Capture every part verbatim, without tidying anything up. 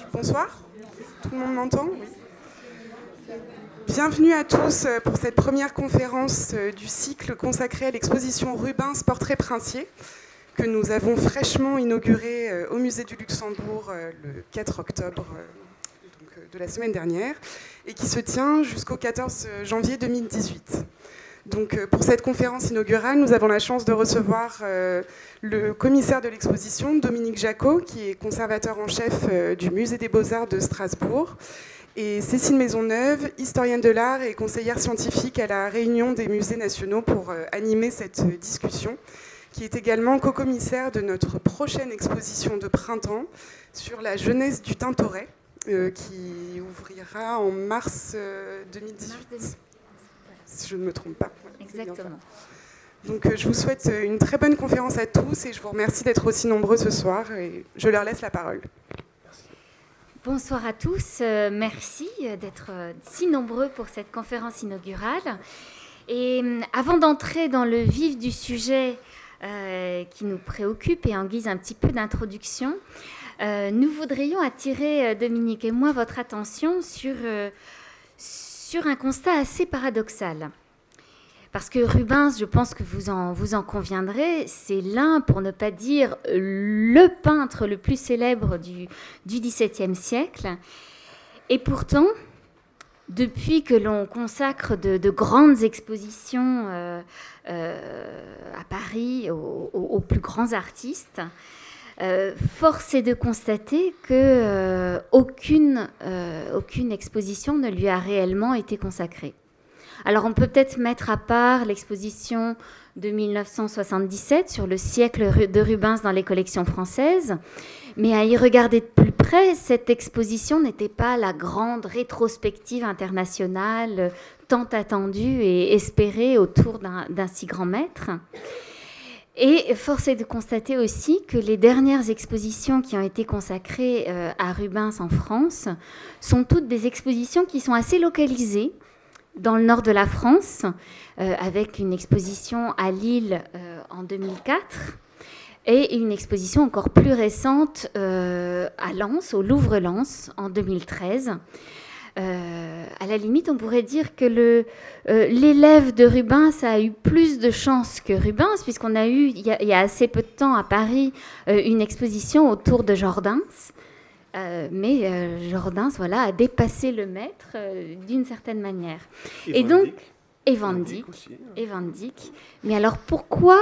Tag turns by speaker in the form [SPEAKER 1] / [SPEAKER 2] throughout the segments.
[SPEAKER 1] Bonsoir, tout le monde m'entend? Oui. Bienvenue à tous pour cette première conférence du cycle consacré à l'exposition Rubens Portrait Princier que nous avons fraîchement inaugurée au Musée du Luxembourg le quatre octobre donc de la semaine dernière et qui se tient jusqu'au quatorze janvier deux mille dix-huit. Donc, pour cette conférence inaugurale, nous avons la chance de recevoir euh, le commissaire de l'exposition, Dominique Jacot, qui est conservateur en chef euh, du Musée des Beaux-Arts de Strasbourg, et Cécile Maisonneuve, historienne de l'art et conseillère scientifique à la réunion des musées nationaux pour euh, animer cette discussion, qui est également co-commissaire de notre prochaine exposition de printemps sur la jeunesse du Tintoret, euh, qui ouvrira en mars euh, deux mille dix-huit. Si je ne me trompe pas.
[SPEAKER 2] Exactement.
[SPEAKER 1] Donc je vous souhaite une très bonne conférence à tous et je vous remercie d'être aussi nombreux ce soir et je leur laisse la parole.
[SPEAKER 2] Merci. Bonsoir à tous, euh, merci d'être si nombreux pour cette conférence inaugurale. Et avant d'entrer dans le vif du sujet euh, qui nous préoccupe et en guise un petit peu d'introduction, euh, nous voudrions attirer, Dominique et moi, votre attention sur... Euh, sur un constat assez paradoxal. Parce que Rubens, je pense que vous en, vous en conviendrez, c'est l'un, pour ne pas dire le peintre le plus célèbre du, du dix-septième siècle. Et pourtant, depuis que l'on consacre de, de grandes expositions euh, euh, à Paris aux, aux, aux plus grands artistes, Euh, force est de constater qu'aucune euh, euh, aucune exposition ne lui a réellement été consacrée. Alors on peut peut-être mettre à part l'exposition de mille neuf cent soixante-dix-sept sur le siècle de Rubens dans les collections françaises, mais à y regarder de plus près, cette exposition n'était pas la grande rétrospective internationale tant attendue et espérée autour d'un, d'un si grand maître. Et force est de constater aussi que les dernières expositions qui ont été consacrées euh, à Rubens en France sont toutes des expositions qui sont assez localisées dans le nord de la France, euh, avec une exposition à Lille euh, en deux mille quatre et une exposition encore plus récente euh, à Lens, au Louvre-Lens, en deux mille treize. Euh, à la limite, on pourrait dire que le, euh, l'élève de Rubens a eu plus de chance que Rubens, puisqu'on a eu, il y a, il y a assez peu de temps à Paris, euh, une exposition autour de Jordaens. Euh, mais euh, Jordaens, voilà, a dépassé le maître euh, d'une certaine manière.
[SPEAKER 3] Et,
[SPEAKER 2] et
[SPEAKER 3] Van
[SPEAKER 2] donc,
[SPEAKER 3] Dyck.
[SPEAKER 2] et Van Dyck, et Van Dyck. Mais alors, pourquoi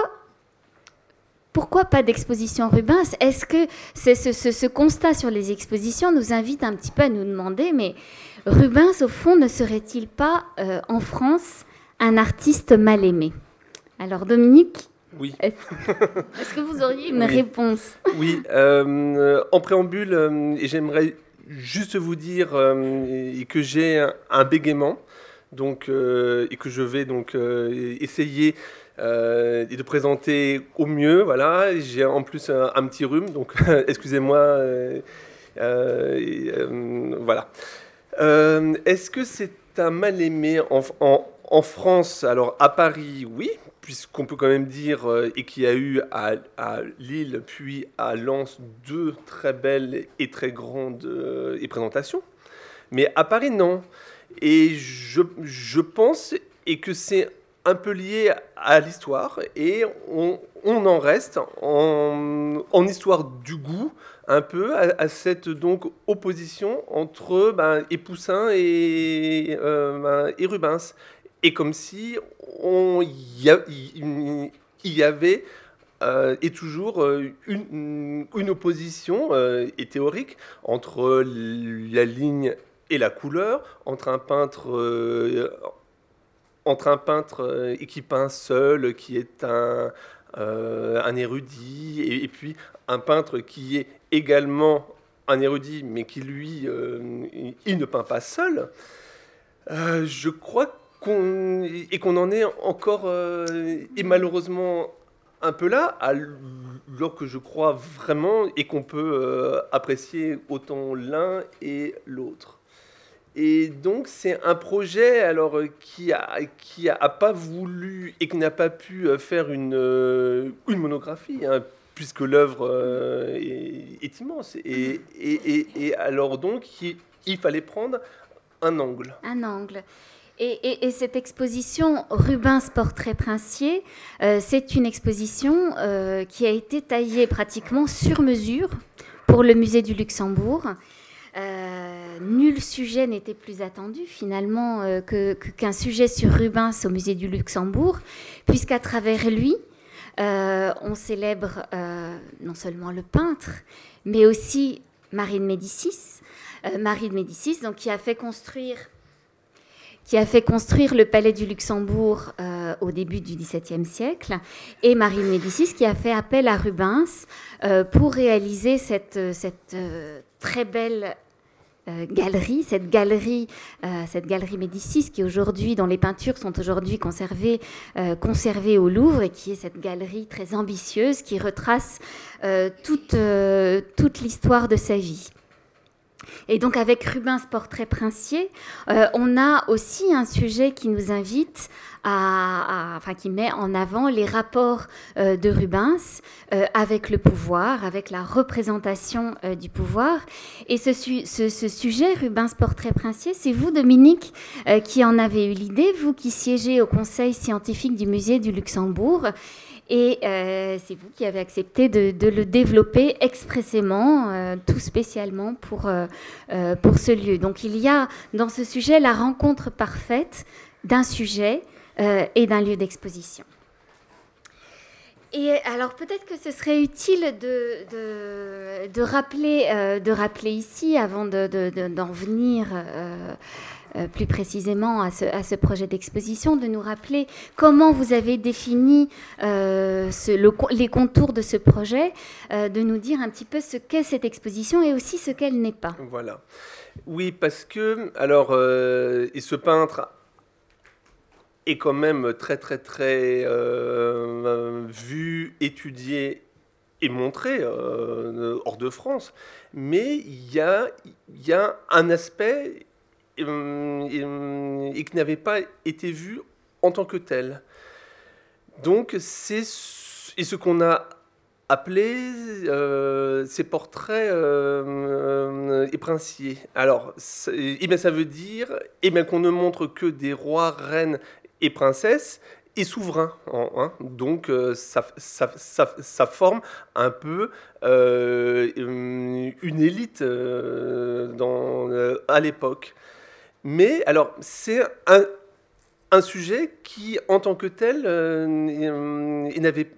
[SPEAKER 2] Pourquoi pas d'exposition Rubens? Est-ce que c'est ce, ce, ce constat sur les expositions nous invite un petit peu à nous demander, mais Rubens, au fond, ne serait-il pas, euh, en France, un artiste mal aimé? Alors, Dominique,
[SPEAKER 3] oui.
[SPEAKER 2] Est-ce que vous auriez une
[SPEAKER 3] oui.
[SPEAKER 2] réponse?
[SPEAKER 3] Oui, euh, en préambule, euh, j'aimerais juste vous dire euh, que j'ai un, un bégaiement, donc, euh, et que je vais donc euh, essayer euh, de présenter au mieux. Voilà, j'ai en plus un, un petit rhume, donc excusez-moi. Euh, euh, euh, voilà. Euh, est-ce que c'est un mal-aimé en, en, en France? Alors, à Paris, oui, puisqu'on peut quand même dire, euh, et qu'il y a eu à, à Lille, puis à Lens, deux très belles et très grandes euh, et présentations. Mais à Paris, non. Et je, je pense et que c'est un peu lié à l'histoire, et on, on en reste en, en histoire du goût, un peu à, à cette donc opposition entre ben, et Poussin et, euh, ben, et Rubens. Et comme si on y, a, y, y avait euh, et toujours euh, une, une opposition euh, et théorique entre la ligne et la couleur, entre un peintre euh, entre un peintre euh, qui peint seul, qui est un, euh, un érudit, et, et puis un peintre qui est également un érudit, mais qui, lui, euh, il, il ne peint pas seul. Euh, je crois qu'on... Et qu'on en est encore, euh, et malheureusement, un peu là, alors que je crois vraiment, et qu'on peut euh, apprécier autant l'un et l'autre. Et donc, c'est un projet alors, qui a, qui a pas voulu et qui n'a pas pu faire une, une monographie, hein, puisque l'œuvre euh, est, est immense. Et, et, et, et alors donc, il, il fallait prendre un angle.
[SPEAKER 2] Un angle. Et, et, et cette exposition Rubens Portrait Princier, euh, c'est une exposition euh, qui a été taillée pratiquement sur mesure pour le musée du Luxembourg. Euh, nul sujet n'était plus attendu finalement euh, que, que, qu'un sujet sur Rubens au musée du Luxembourg, puisqu'à travers lui, euh, on célèbre euh, non seulement le peintre, mais aussi Marie de Médicis, euh, Marie de Médicis, donc qui a fait construire qui a fait construire le palais du Luxembourg euh, au début du XVIIe siècle, et Marie de Médicis qui a fait appel à Rubens euh, pour réaliser cette, cette euh, très belle euh, galerie, cette galerie, euh, cette galerie Médicis qui aujourd'hui, dont les peintures sont aujourd'hui conservées, euh, conservées au Louvre, et qui est cette galerie très ambitieuse qui retrace euh, toute, euh, toute l'histoire de sa vie. Et donc avec Rubens Portrait Princier, euh, on a aussi un sujet qui nous invite à, à enfin qui met en avant les rapports euh, de Rubens euh, avec le pouvoir, avec la représentation euh, du pouvoir. Et ce, ce, ce sujet, Rubens Portrait Princier, c'est vous, Dominique, euh, qui en avez eu l'idée, vous qui siégez au Conseil scientifique du musée du Luxembourg. Et euh, c'est vous qui avez accepté de, de le développer expressément, euh, tout spécialement pour, euh, euh, pour ce lieu. Donc il y a dans ce sujet la rencontre parfaite d'un sujet euh, et d'un lieu d'exposition. Et alors peut-être que ce serait utile de, de, de, rappeler, euh, de rappeler ici, avant de, de, de, d'en venir euh, euh, plus précisément à ce, à ce projet d'exposition, de nous rappeler comment vous avez défini euh, ce, le, les contours de ce projet, euh, de nous dire un petit peu ce qu'est cette exposition et aussi ce qu'elle n'est pas.
[SPEAKER 3] Voilà. Oui, parce que, alors, euh, et ce peintre est quand même très, très, très euh, vu, étudié et montré euh, hors de France. Mais il y a, y a un aspect euh, et, et qui n'avait pas été vu en tant que tel. Donc, c'est et ce qu'on a appelé euh, ces portraits euh, euh, et princiers. Alors, eh bien, ça veut dire eh bien, qu'on ne montre que des rois, reines et princesses et souverains. Hein. Donc, euh, ça, ça, ça, ça forme un peu euh, une élite euh, dans, euh, à l'époque. Mais, alors, c'est un, un sujet qui, en tant que tel, euh, il n'avait,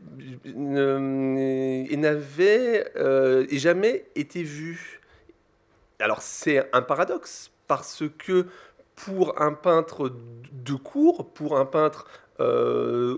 [SPEAKER 3] euh, il n'avait euh, jamais été vu. Alors, c'est un paradoxe, parce que pour un peintre de cour, pour un peintre, euh,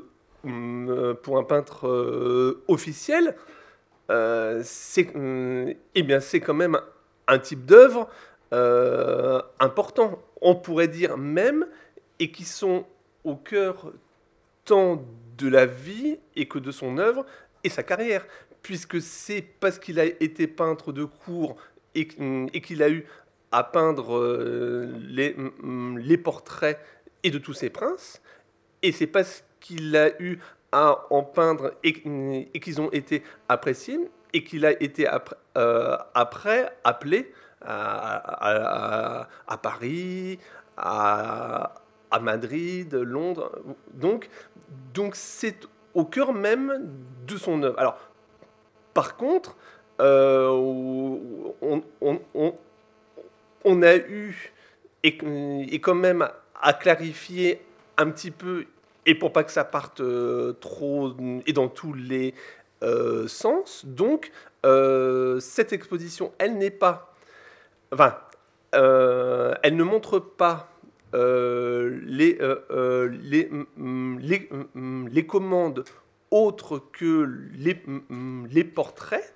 [SPEAKER 3] pour un peintre euh, officiel, euh, c'est, euh, eh bien, c'est quand même un type d'œuvre euh, important. On pourrait dire même, et qui sont au cœur tant de la vie et que de son œuvre et sa carrière, puisque c'est parce qu'il a été peintre de cour et, et qu'il a eu à peindre euh, les, les portraits et de tous ses princes, et c'est parce qu'il a eu à en peindre et, et qu'ils ont été appréciés, et qu'il a été après, euh, après appelé à, à, à, à Paris, à, à Madrid, Londres. Donc, donc c'est au cœur même de son œuvre. Alors, par contre, euh, on, on, on, on a eu, et, et quand même à clarifier un petit peu, et pour pas que ça parte euh, trop et dans tous les euh, sens. Donc, euh, cette exposition, elle n'est pas, enfin, euh, elle ne montre pas euh, les, euh, euh, les, les, les commandes autres que les, les portraits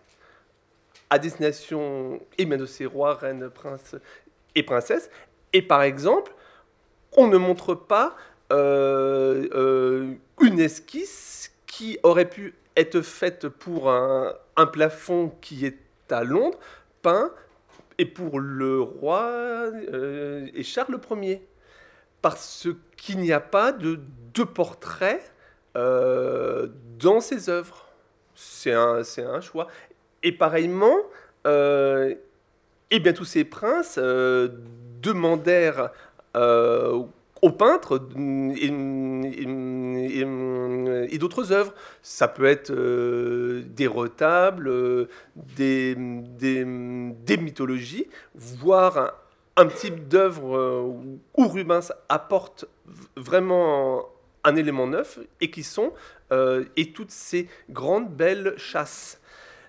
[SPEAKER 3] à destination et bien de ces rois, reines, princes et princesses. Et par exemple, on ne montre pas euh, euh, une esquisse qui aurait pu être faite pour un, un plafond qui est à Londres, peint et pour le roi euh, et Charles Ier. Parce qu'il n'y a pas de, de portrait euh, dans ses œuvres. c'est un, c'est un choix. Et pareillement, euh, eh bien, tous ces princes euh, demandèrent euh, aux peintres et, et- et- et d'autres œuvres. Ça peut être euh, des retables, euh, des, des, des mythologies, voire un, un type d'œuvre euh, où Rubens apporte v- vraiment un élément neuf et qui sont euh, et toutes ces grandes belles chasses.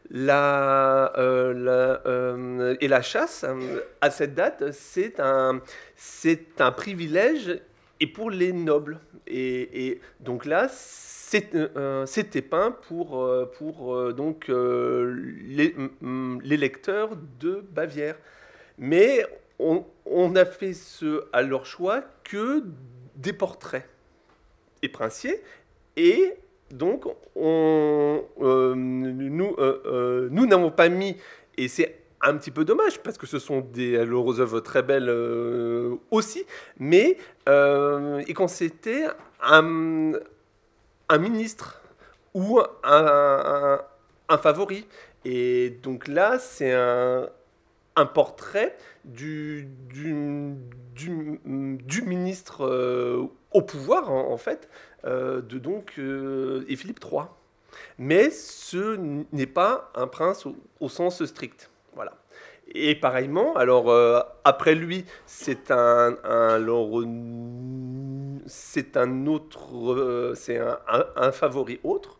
[SPEAKER 3] La, euh, la, euh, et la chasse, euh, à cette date, c'est un, c'est un privilège et pour les nobles. Et, et donc là, c'est, euh, c'était peint pour, euh, pour euh, donc, euh, les, mm, les lecteurs de Bavière. Mais on, on a fait ce, à leur choix que des portraits et princiers. Et donc, on, euh, nous, euh, euh, nous n'avons pas mis, et c'est un petit peu dommage, parce que ce sont des leurs œuvres très belles euh, aussi, mais euh, et quand c'était un, un ministre ou un, un, un favori. Et donc là, c'est un, un portrait du, du, du, du ministre euh, au pouvoir, en, en fait, euh, de donc euh, et Philippe trois. Mais ce n'est pas un prince au, au sens strict. Voilà. Et pareillement, alors euh, après lui, c'est un, un alors, euh, c'est un autre, euh, c'est un, un, un favori autre.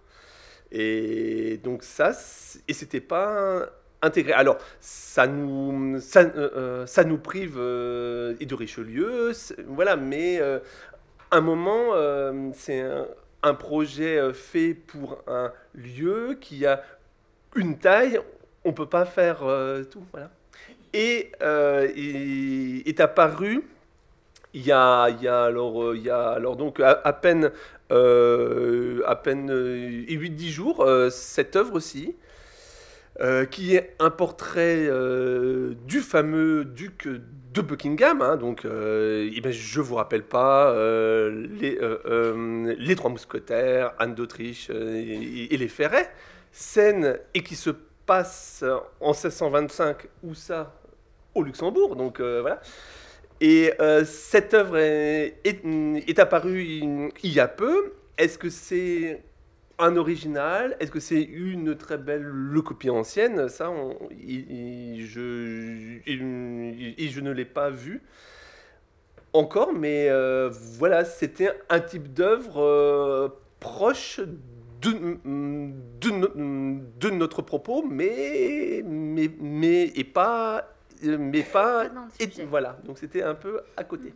[SPEAKER 3] Et donc ça, c- et c'était pas intégré. Alors ça nous, ça, euh, euh, ça nous prive euh, et de Richelieu, c'est- voilà. Mais euh, un moment, euh, c'est un, un projet euh, fait pour un lieu qui a une taille. On peut pas faire euh, tout, voilà. Et euh, est, est apparu il y a, il y a alors, euh, il y a alors donc à, à peine, euh, à peine euh, huit dix jours, euh, cette œuvre-ci, euh, qui est un portrait euh, du fameux duc de Buckingham. Hein, donc, euh, eh ben, je vous rappelle pas euh, les, euh, euh, les Trois Mousquetaires, Anne d'Autriche euh, et, et les Ferrets, scène et qui se passe en seize cent vingt-cinq, où ça, au Luxembourg. Donc euh, voilà. Et euh, cette œuvre est, est, est apparue il il y a peu. Est-ce que c'est un original? Est-ce que c'est une très belle copie ancienne? Ça, on- il- il- je, il- il- je ne l'ai pas vu encore, mais euh, voilà, c'était un type d'œuvre euh, proche de, de, no- de notre propos, mais, mais, mais, et pas, mais pas,
[SPEAKER 2] Pas dans le
[SPEAKER 3] et
[SPEAKER 2] sujet.
[SPEAKER 3] voilà, donc c'était un peu à côté.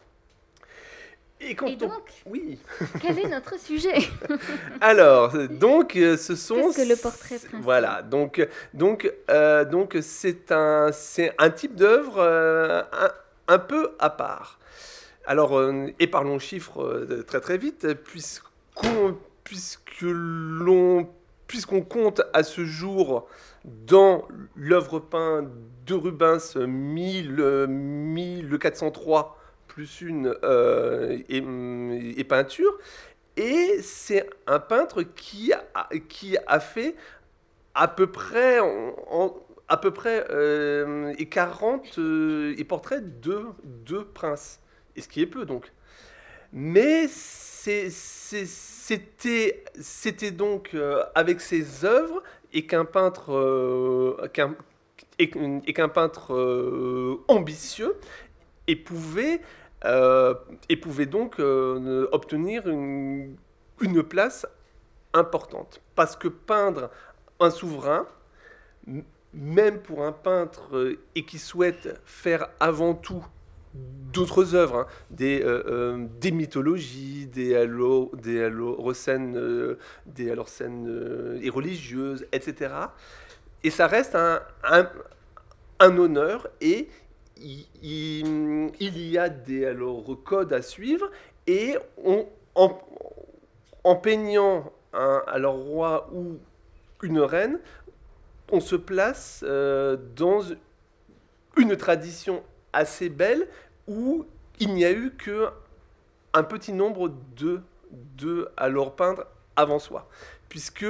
[SPEAKER 3] Et quand
[SPEAKER 2] Et
[SPEAKER 3] on-
[SPEAKER 2] donc,
[SPEAKER 3] oui.
[SPEAKER 2] quel est notre sujet?
[SPEAKER 3] Alors, donc, euh, ce sont...
[SPEAKER 2] Qu'est-ce que le portrait princier?
[SPEAKER 3] Voilà, donc, donc, euh, donc c'est un, c'est un type d'œuvre euh, un, un peu à part. Alors, euh, et parlons chiffres euh, très très vite, puisqu'on, puisque l'on, puisqu'on compte à ce jour dans l'œuvre peinte de Rubens mille, mille quatre cent trois plus une euh, et, et peinture. Et c'est un peintre qui a, qui a fait à peu près, en- en- à peu près euh, et quarante euh, et portraits de, de princes. Et ce qui est peu donc. Mais c'est- c'est- c'était, c'était donc euh, avec ses œuvres et qu'un peintre, euh, qu'un, et, et qu'un peintre euh, ambitieux et pouvait, euh, et pouvait donc euh, obtenir une, une place importante. Parce que peindre un souverain, m- même pour un peintre euh, et qui souhaite faire avant tout d'autres œuvres, hein, des, euh, euh, des mythologies, des, allo, des allorocènes, euh, des allorocènes euh, et religieuses, et cetera. Et ça reste un, un, un honneur et il, il- il y a des alors, codes à suivre et on, en, en peignant un alors, roi ou une reine, on se place euh, dans une tradition assez belle où il n'y a eu que un petit nombre de, de alors peindre avant soi. Puisque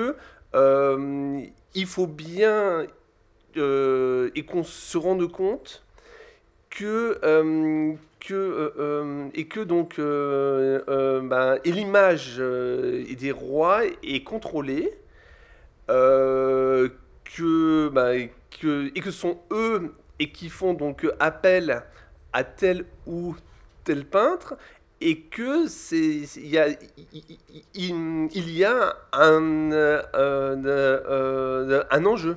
[SPEAKER 3] euh, il faut bien euh, et qu'on se rende compte que, euh, que euh, euh, et que donc euh, euh, bah, et l'image euh, des rois est contrôlée, euh, que, bah, que et que ce sont eux et qui font donc appel à tel ou tel peintre, et que c'est il y a il, il- il y a un euh, euh, euh, un enjeu.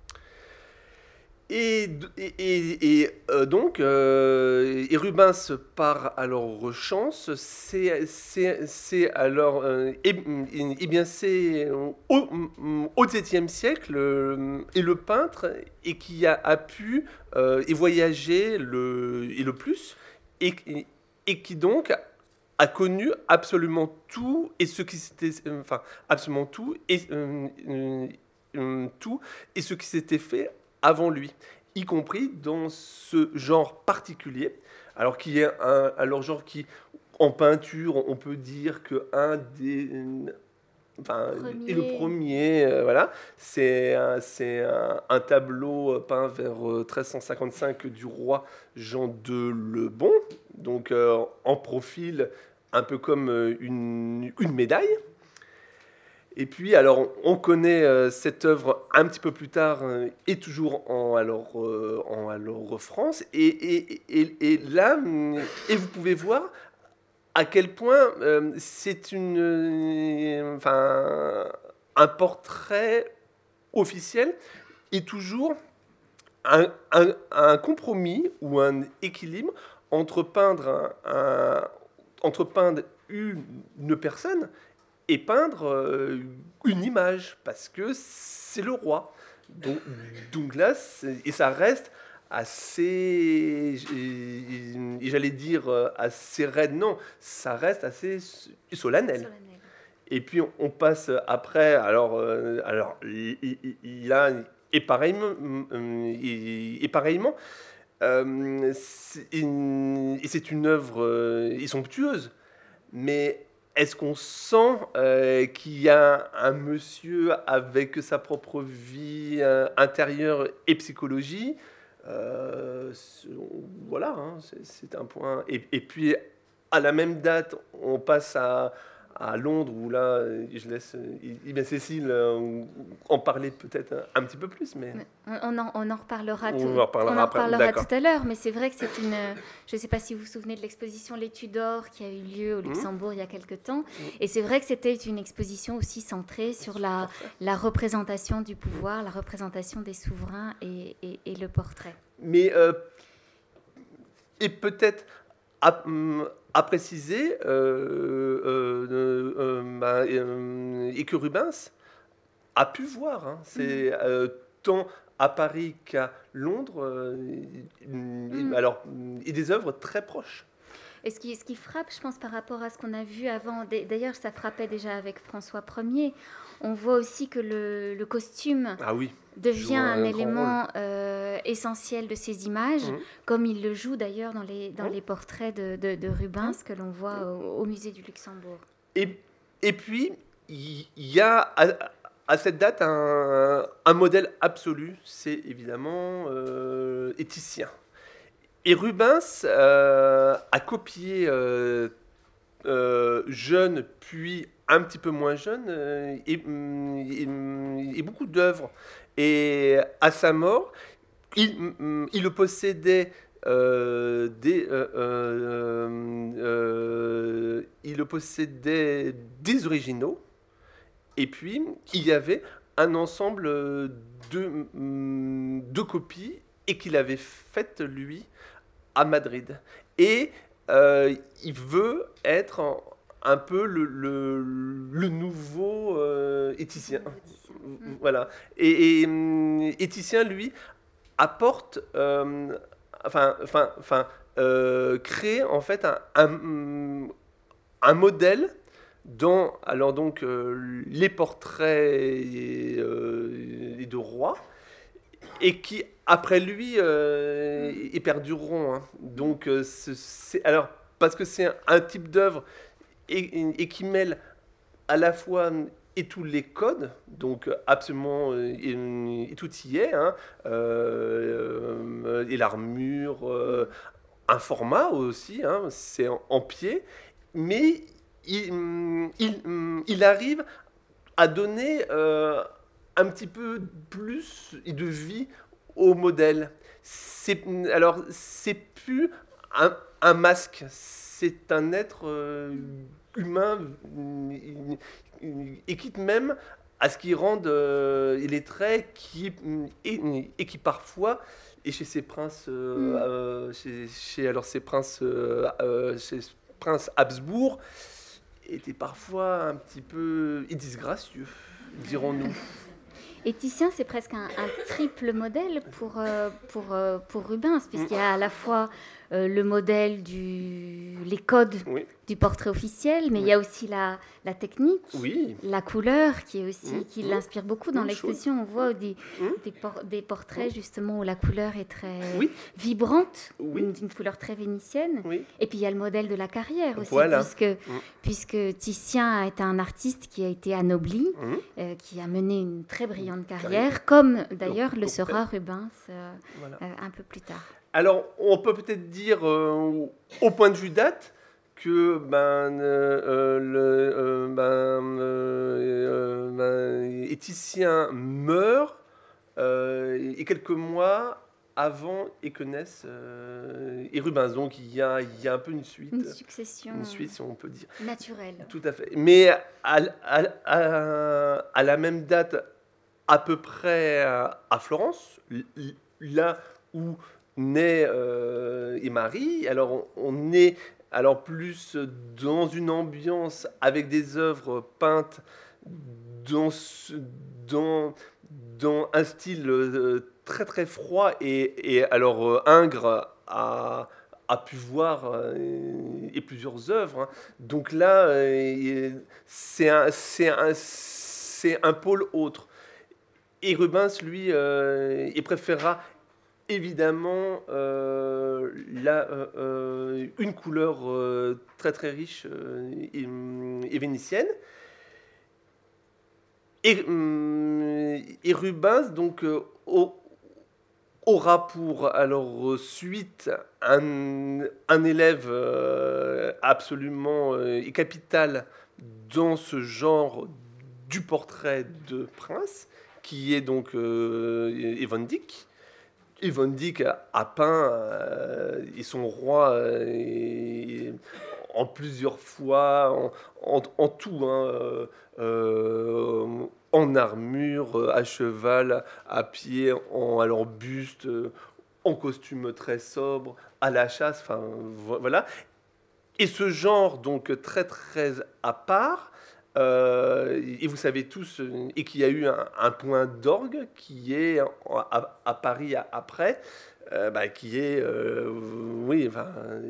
[SPEAKER 3] Et, et, et- et, euh, donc, euh, et Rubens part alors chance, c'est, c'est, c'est alors, euh, et, et bien c'est au, au dix-septième siècle, euh, et le peintre, et qui a, a pu euh, et voyager le, et le plus, et, et qui donc a connu absolument tout, et ce qui s'était, enfin, absolument tout, et euh, euh, euh, tout, et ce qui s'était fait avant lui, y compris dans ce genre particulier, alors qui est un alors genre qui en peinture on peut dire que un des enfin et le
[SPEAKER 2] Premier.
[SPEAKER 3] premier euh, voilà, c'est un, c'est un, un tableau peint vers euh, treize cent cinquante-cinq du roi Jean de Le Bon, donc euh, en profil un peu comme euh, une, une médaille. Et puis, alors, on connaît euh, cette œuvre un petit peu plus tard, euh, et toujours en, alors, euh, en alors, France. Et, et, et, et là, hum, et vous pouvez voir à quel point euh, c'est une, euh, enfin, un portrait officiel et toujours un, un, un compromis ou un équilibre entre peindre, un, un- entre peindre une, une personne et peindre euh, une image, parce que c'est le roi. Donc, donc là, c'est- et ça reste assez, et j'allais dire euh, assez raide, non, ça reste assez solennel.
[SPEAKER 2] Solennel.
[SPEAKER 3] Et puis on, on passe après, alors, euh, alors il, il- il a, et pareillement, et, et pareillement euh, c'est une, et c'est une œuvre euh, somptueuse, mais est-ce qu'on sent euh, qu'il y a un monsieur avec sa propre vie euh, intérieure et psychologie? Euh, c'est- voilà, hein, c'est c'est un point. Et, et puis, à la même date, on passe à, à Londres, où là, je laisse eh bien, Cécile euh, en parler peut-être un, un petit peu plus, mais
[SPEAKER 2] Mais On on en, on en reparlera tout,
[SPEAKER 3] on en
[SPEAKER 2] on
[SPEAKER 3] reparlera
[SPEAKER 2] en
[SPEAKER 3] après.
[SPEAKER 2] reparlera
[SPEAKER 3] D'accord.
[SPEAKER 2] tout à l'heure, mais c'est vrai que c'est une. Je ne sais pas si vous vous souvenez de l'exposition L'Étude d'or qui a eu lieu au
[SPEAKER 3] Mhm.
[SPEAKER 2] Luxembourg il y a quelque temps.
[SPEAKER 3] Mhm.
[SPEAKER 2] Et c'est vrai que c'était une exposition aussi centrée sur la,
[SPEAKER 3] Portrait.
[SPEAKER 2] la représentation du pouvoir, la représentation des souverains et, et- et le portrait.
[SPEAKER 3] Mais euh, et peut-être à, hum, à préciser euh, euh, euh, euh, bah, euh, et que Rubens a pu voir. Hein. C'est euh, tant à Paris qu'à Londres. Euh, il-
[SPEAKER 2] Mm.
[SPEAKER 3] alors, et des œuvres très proches.
[SPEAKER 2] Et ce qui, ce qui frappe, je pense, par rapport à ce qu'on a vu avant, d- d'ailleurs, ça frappait déjà avec François Ier, on voit aussi que le, le costume
[SPEAKER 3] Ah oui.
[SPEAKER 2] devient
[SPEAKER 3] joue un
[SPEAKER 2] un
[SPEAKER 3] grand
[SPEAKER 2] élément euh, essentiel de ces images,
[SPEAKER 3] Mhm.
[SPEAKER 2] comme il le joue d'ailleurs dans les, dans
[SPEAKER 3] Mhm.
[SPEAKER 2] les portraits de, de, de Rubens que l'on voit au, au musée du Luxembourg.
[SPEAKER 3] Et, et puis, il y a à, à cette date un, un modèle absolu, c'est évidemment euh, est Titien. Et Rubens euh, a copié euh, euh, jeune, puis un petit peu moins jeune, euh, et, mm, et, mm, et beaucoup d'œuvres. Et à sa mort, il, mm, il possédait euh, des, euh, euh, euh, il possédait des originaux, et puis il y avait un ensemble de, mm, de copies et qu'il avait faites lui à Madrid. Et euh, il veut être en- un peu le, le, le nouveau euh, Éticien.
[SPEAKER 2] Le nouveau Titien. Mm.
[SPEAKER 3] Voilà. Et, et, hum, Éticien, lui, apporte, euh, enfin, enfin, enfin euh, crée en fait un, un, un modèle dans, alors donc, euh, les portraits et, euh, et de rois, et qui, après lui, euh, y perdureront. Hein. Donc, euh, ce- c'est, alors, parce que c'est un, un type d'œuvre et, et- et qui mêle à la fois et tous les codes, donc absolument, et, et tout y est, hein, euh, et l'armure, euh, un format aussi, hein, c'est en, en pied, mais il, il, il arrive à donner euh, un petit peu plus de vie au modèle. C'est, alors, c'est plus un, un masque, c'est un être euh, humain, et quitte même à ce qu'il rende euh, les traits qui, et, et qui parfois, et chez ces princes, euh, mm. euh, chez, chez, alors ces princes, euh, euh, chez prince Habsbourg, étaient parfois un petit peu disgracieux, dirons-nous.
[SPEAKER 2] Et Titien, c'est presque un, un triple modèle pour, euh, pour, euh, pour Rubens, puisqu'il y a à la fois euh, le modèle, du, les codes oui. du portrait officiel, mais oui. il y a aussi la, la technique,
[SPEAKER 3] oui.
[SPEAKER 2] la couleur qui, est aussi, mmh. qui mmh. l'inspire beaucoup. Dans
[SPEAKER 3] mmh.
[SPEAKER 2] l'exposition, on voit des, mmh. des, por- des portraits justement où la couleur est très oui. vibrante,
[SPEAKER 3] oui.
[SPEAKER 2] une, une couleur très vénitienne.
[SPEAKER 3] Oui.
[SPEAKER 2] Et puis il y a le modèle de la carrière aussi,
[SPEAKER 3] voilà.
[SPEAKER 2] puisque, mmh. puisque Titien est un artiste qui a été anobli, mmh. euh, qui a mené une très brillante carrière, carrière. comme d'ailleurs donc, le sera Rubens euh, voilà. euh, un peu plus tard.
[SPEAKER 3] Alors, on peut peut-être dire, euh, au point de vue date, que ben, euh, le, euh, ben, euh, ben, Titien meurt euh, et quelques mois avant et que naisse euh, et Rubens. Donc, il y, a, il y a un peu une suite.
[SPEAKER 2] Une succession.
[SPEAKER 3] Une suite, si on peut dire.
[SPEAKER 2] Naturelle.
[SPEAKER 3] Tout à fait. Mais à, à, à, à la même date, à peu près à, à Florence, là où naît euh, et Marie. Alors on, on est alors plus dans une ambiance avec des œuvres peintes dans, dans, dans un style euh, très très froid et, et alors euh, Ingres a, a pu voir euh, et plusieurs œuvres. Hein. Donc là, euh, c'est un, c'est un, c'est un pôle autre. Et Rubens, lui, euh, il préférera évidemment euh, la, euh, euh, une couleur euh, très très riche euh, et, et vénitienne. Et, euh, et Rubens donc euh, au, aura pour alors suite un, un élève euh, absolument euh, capital dans ce genre du portrait de prince, qui est donc euh, Van Dyck. Et Van Dyck a, a peint euh, et son roi euh, et, en plusieurs fois, en, en, en tout, hein, euh, en armure, à cheval, à pied, en alors buste, en costume très sobre, à la chasse, enfin voilà. Et ce genre donc très très à part. Euh, et vous savez tous, et qu'il y a eu un, un point d'orgue qui est à, à Paris à, après, euh, bah, qui est, euh, oui, enfin,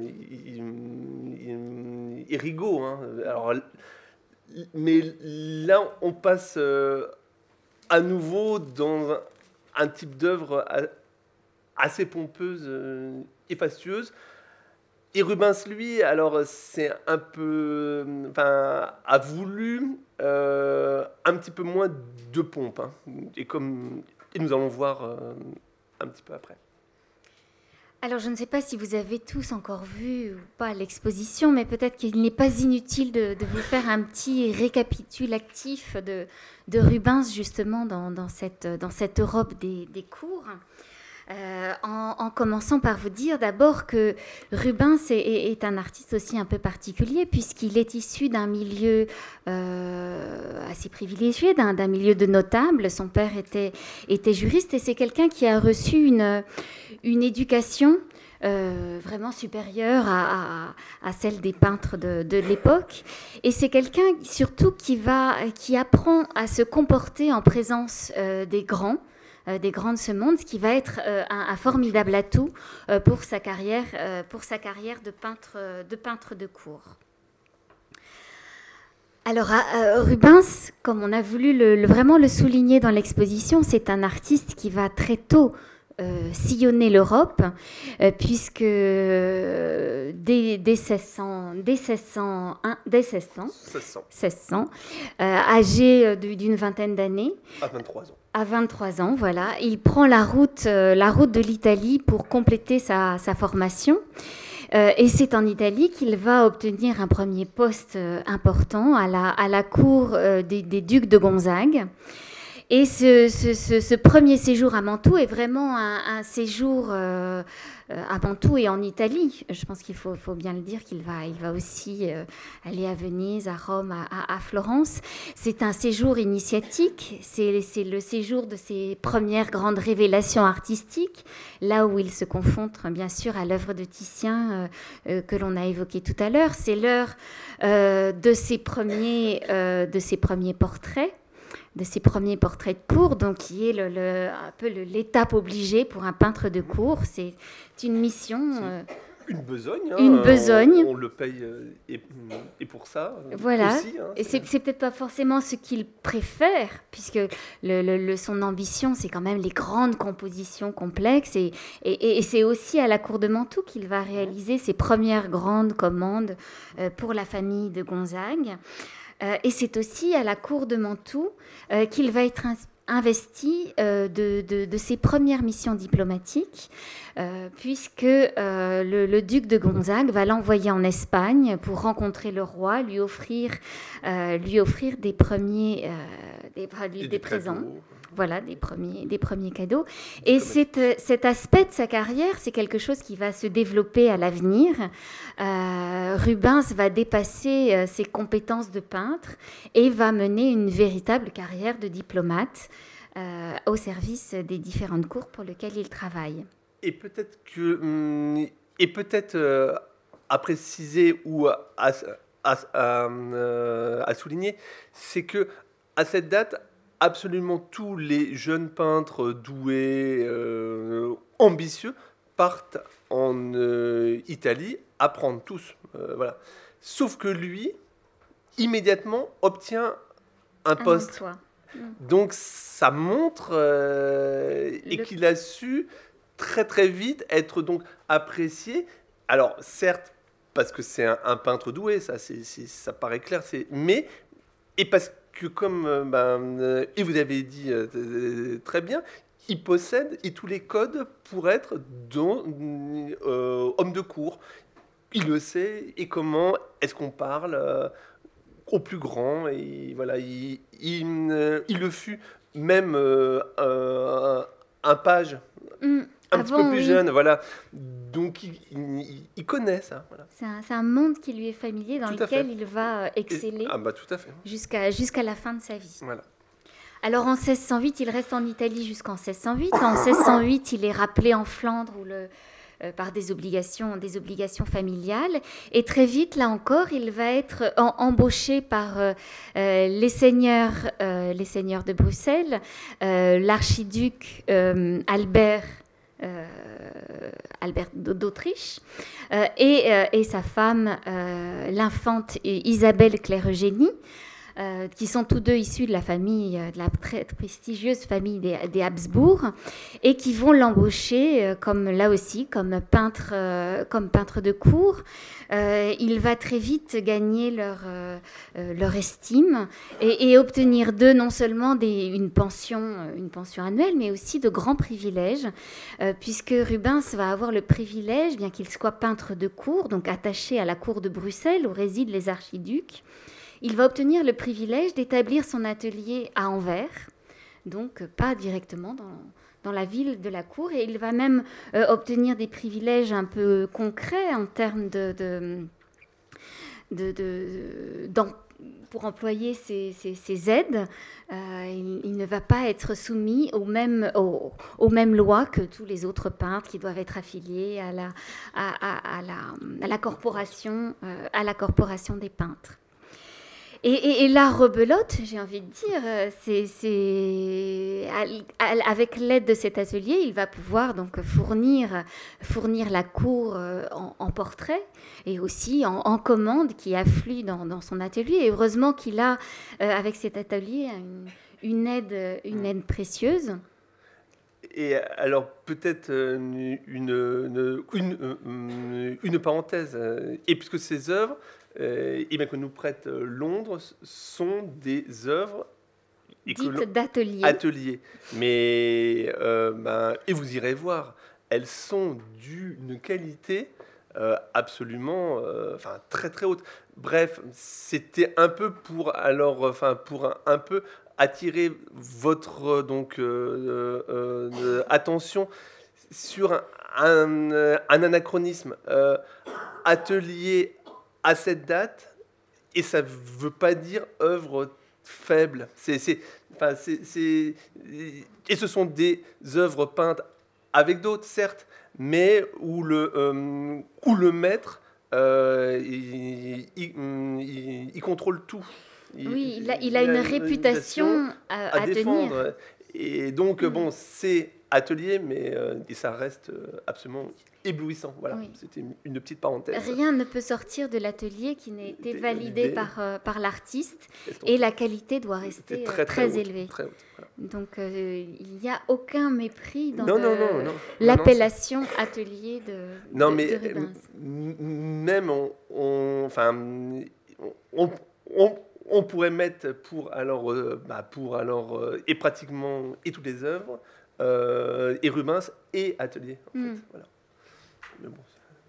[SPEAKER 3] Irigo. Hein. Alors, mais là, on passe euh, à nouveau dans un, un type d'œuvre assez pompeuse euh, et fastueuse. Et Rubens, lui, alors c'est un peu, enfin, a voulu euh, un petit peu moins de pompe, hein, et comme et nous allons voir euh, un petit peu après.
[SPEAKER 2] Alors, je ne sais pas si vous avez tous encore vu ou pas l'exposition, mais peut-être qu'il n'est pas inutile de, de vous faire un petit récapitulatif de, de Rubens justement dans, dans cette dans cette Europe des, des cours. Euh, en, en commençant par vous dire d'abord que Rubens est, est, est un artiste aussi un peu particulier puisqu'il est issu d'un milieu euh, assez privilégié, d'un, d'un milieu de notables. Son père était, était juriste et c'est quelqu'un qui a reçu une, une éducation euh, vraiment supérieure à, à, à celle des peintres de, de l'époque. Et c'est quelqu'un surtout qui, va, qui apprend à se comporter en présence euh, des grands, des grands de ce monde, ce qui va être euh, un, un formidable atout euh, pour sa carrière, euh, pour sa carrière de peintre, de peintre de cour. Alors, euh, Rubens, comme on a voulu le, le, vraiment le souligner dans l'exposition, c'est un artiste qui va très tôt euh, sillonner l'Europe, euh, puisque euh, dès, dès seize cents, dès seize cent un, dès seize cents, seize cents euh, âgé d'une vingtaine d'années,
[SPEAKER 3] à vingt-trois ans.
[SPEAKER 2] À vingt-trois ans, voilà, il prend la route, euh, la route de l'Italie pour compléter sa, sa formation. Euh, et c'est en Italie qu'il va obtenir un premier poste euh, important à la, à la cour euh, des, des ducs de Gonzague. Et ce, ce, ce, ce premier séjour à Mantoue est vraiment un, un séjour euh, à Mantoue et en Italie. Je pense qu'il faut, faut bien le dire qu'il va, il va aussi euh, aller à Venise, à Rome, à, à, à Florence. C'est un séjour initiatique, c'est, c'est le séjour de ses premières grandes révélations artistiques, là où il se confronte bien sûr à l'œuvre de Titien euh, euh, que l'on a évoquée tout à l'heure. C'est l'heure euh, de, ses premiers, euh, de ses premiers portraits. de ses premiers portraits de cour, donc qui est le, le, un peu le, l'étape obligée pour un peintre de cour. C'est une mission... Euh,
[SPEAKER 3] une besogne. Hein,
[SPEAKER 2] une besogne.
[SPEAKER 3] On, on le paye euh, et, et pour ça
[SPEAKER 2] voilà.
[SPEAKER 3] aussi. Hein,
[SPEAKER 2] et c'est, c'est peut-être pas forcément ce qu'il préfère, puisque le, le, le, son ambition, c'est quand même les grandes compositions complexes. Et, et, et c'est aussi à la cour de Mantoue qu'il va réaliser ses premières grandes commandes euh, pour la famille de Gonzague. Euh, et c'est aussi à la cour de Mantoue euh, qu'il va être ins- investi euh, de, de, de ses premières missions diplomatiques, euh, puisque euh, le, le duc de Gonzague va l'envoyer en Espagne pour rencontrer le roi, lui offrir, euh, lui offrir des premiers, euh, des, des, des présents. Cadeaux. Voilà, des premiers, des premiers cadeaux. Et cet, cet aspect de sa carrière, c'est quelque chose qui va se développer à l'avenir. Euh, Rubens va dépasser euh, ses compétences de peintre et va mener une véritable carrière de diplomate euh, au service des différentes cours pour lesquelles il travaille.
[SPEAKER 3] Et peut-être que, hum, et peut-être euh, à préciser ou à, à, à, à, à souligner, c'est que à cette date, absolument tous les jeunes peintres doués, euh, ambitieux, partent en euh, Italie apprendre tous. Euh, voilà. Sauf que lui, immédiatement, obtient un, un poste.
[SPEAKER 2] Emploi.
[SPEAKER 3] Donc ça montre euh, et Le... qu'il a su très très vite être donc apprécié. Alors certes, parce que c'est un, un peintre doué, ça, c'est, c'est, ça paraît clair, c'est... mais et parce que que comme euh, ben, euh, et vous avez dit euh, très bien, il possède et tous les codes pour être don, euh, homme de cour. Il le sait et comment est-ce qu'on parle euh, au plus grand et voilà, il, il, euh, il le fut même euh, euh, un page. Mmh. Un Avant, petit peu plus oui. jeune, voilà. Donc, il, il, il connaît ça. Voilà.
[SPEAKER 2] C'est, un, c'est un monde qui lui est familier, dans tout lequel il va exceller
[SPEAKER 3] Et, ah bah, tout à fait.
[SPEAKER 2] Jusqu'à, jusqu'à la fin de sa vie.
[SPEAKER 3] Voilà.
[SPEAKER 2] Alors, en seize cent huit, il reste en Italie jusqu'en seize cent huit. En seize cent huit, il est rappelé en Flandre où le, euh, par des obligations, des obligations familiales. Et très vite, là encore, il va être en, embauché par euh, euh, les, seigneurs, euh, les seigneurs de Bruxelles, euh, l'archiduc euh, Albert Euh, Albert d'Autriche euh, et, euh, et sa femme, euh, l'infante Isabelle Claire-Eugénie, euh, qui sont tous deux issus de la famille, de la très prestigieuse famille des, des Habsbourg, et qui vont l'embaucher euh, comme là aussi comme peintre, euh, comme peintre de cour. Euh, il va très vite gagner leur, euh, leur estime et, et obtenir d'eux non seulement des, une, pension, une pension annuelle, mais aussi de grands privilèges, euh, puisque Rubens va avoir le privilège, bien qu'il soit peintre de cour, donc attaché à la cour de Bruxelles où résident les archiducs, il va obtenir le privilège d'établir son atelier à Anvers, donc pas directement dans... dans la ville de la cour, et il va même euh, obtenir des privilèges un peu concrets en termes de, de, de, de, de pour employer ses, ses, ses aides. Euh, il, il ne va pas être soumis aux mêmes, aux, aux mêmes lois que tous les autres peintres qui doivent être affiliés à la, à, à, à la, à la, corporation, euh, à la corporation des peintres. Et, et, et la rebelote, j'ai envie de dire, c'est, c'est avec l'aide de cet atelier, il va pouvoir donc fournir, fournir la cour en, en portrait et aussi en, en commandes qui affluent dans, dans son atelier. Et heureusement qu'il a, euh, avec cet atelier, une, une, aide, une aide précieuse.
[SPEAKER 3] et alors peut-être une, une, une, une, une parenthèse, et puisque ces œuvres, euh, et bien que nous prête Londres, sont des œuvres
[SPEAKER 2] dites d'atelier.
[SPEAKER 3] Atelier. Mais, euh, ben, et vous irez voir, elles sont d'une qualité euh, absolument, euh, enfin très très haute. Bref, c'était un peu pour alors, enfin pour un, un peu attirer votre donc euh, euh, euh, attention sur un, un, un anachronisme. Euh, atelier à cette date, et ça ne veut pas dire œuvre faible. C'est, c'est, enfin, c'est, c'est, et ce sont des œuvres peintes avec d'autres, certes, mais où le, euh, où le maître, euh, il, il, il, il contrôle tout.
[SPEAKER 2] Il, oui, il a, il a une, une réputation à, à, à défendre. Tenir.
[SPEAKER 3] Et donc, mmh. bon, c'est atelier, mais euh, et ça reste absolument éblouissant. Voilà, oui. C'était une, une petite parenthèse.
[SPEAKER 2] Rien ne peut sortir de l'atelier qui n'a été validé des... par, euh, par l'artiste, et la qualité doit rester très, très, très haute, élevée. Très haute, voilà. Donc, euh, il n'y a aucun mépris dans
[SPEAKER 3] non, non, non, non,
[SPEAKER 2] l'appellation non, atelier de,
[SPEAKER 3] non,
[SPEAKER 2] de,
[SPEAKER 3] mais
[SPEAKER 2] de Rubens.
[SPEAKER 3] Même, on, on, enfin, on, on, on pourrait mettre pour alors, euh, bah, pour alors euh, et pratiquement et toutes les œuvres. Euh, et Rubens et Atelier, en mm. fait. Voilà. Mais bon,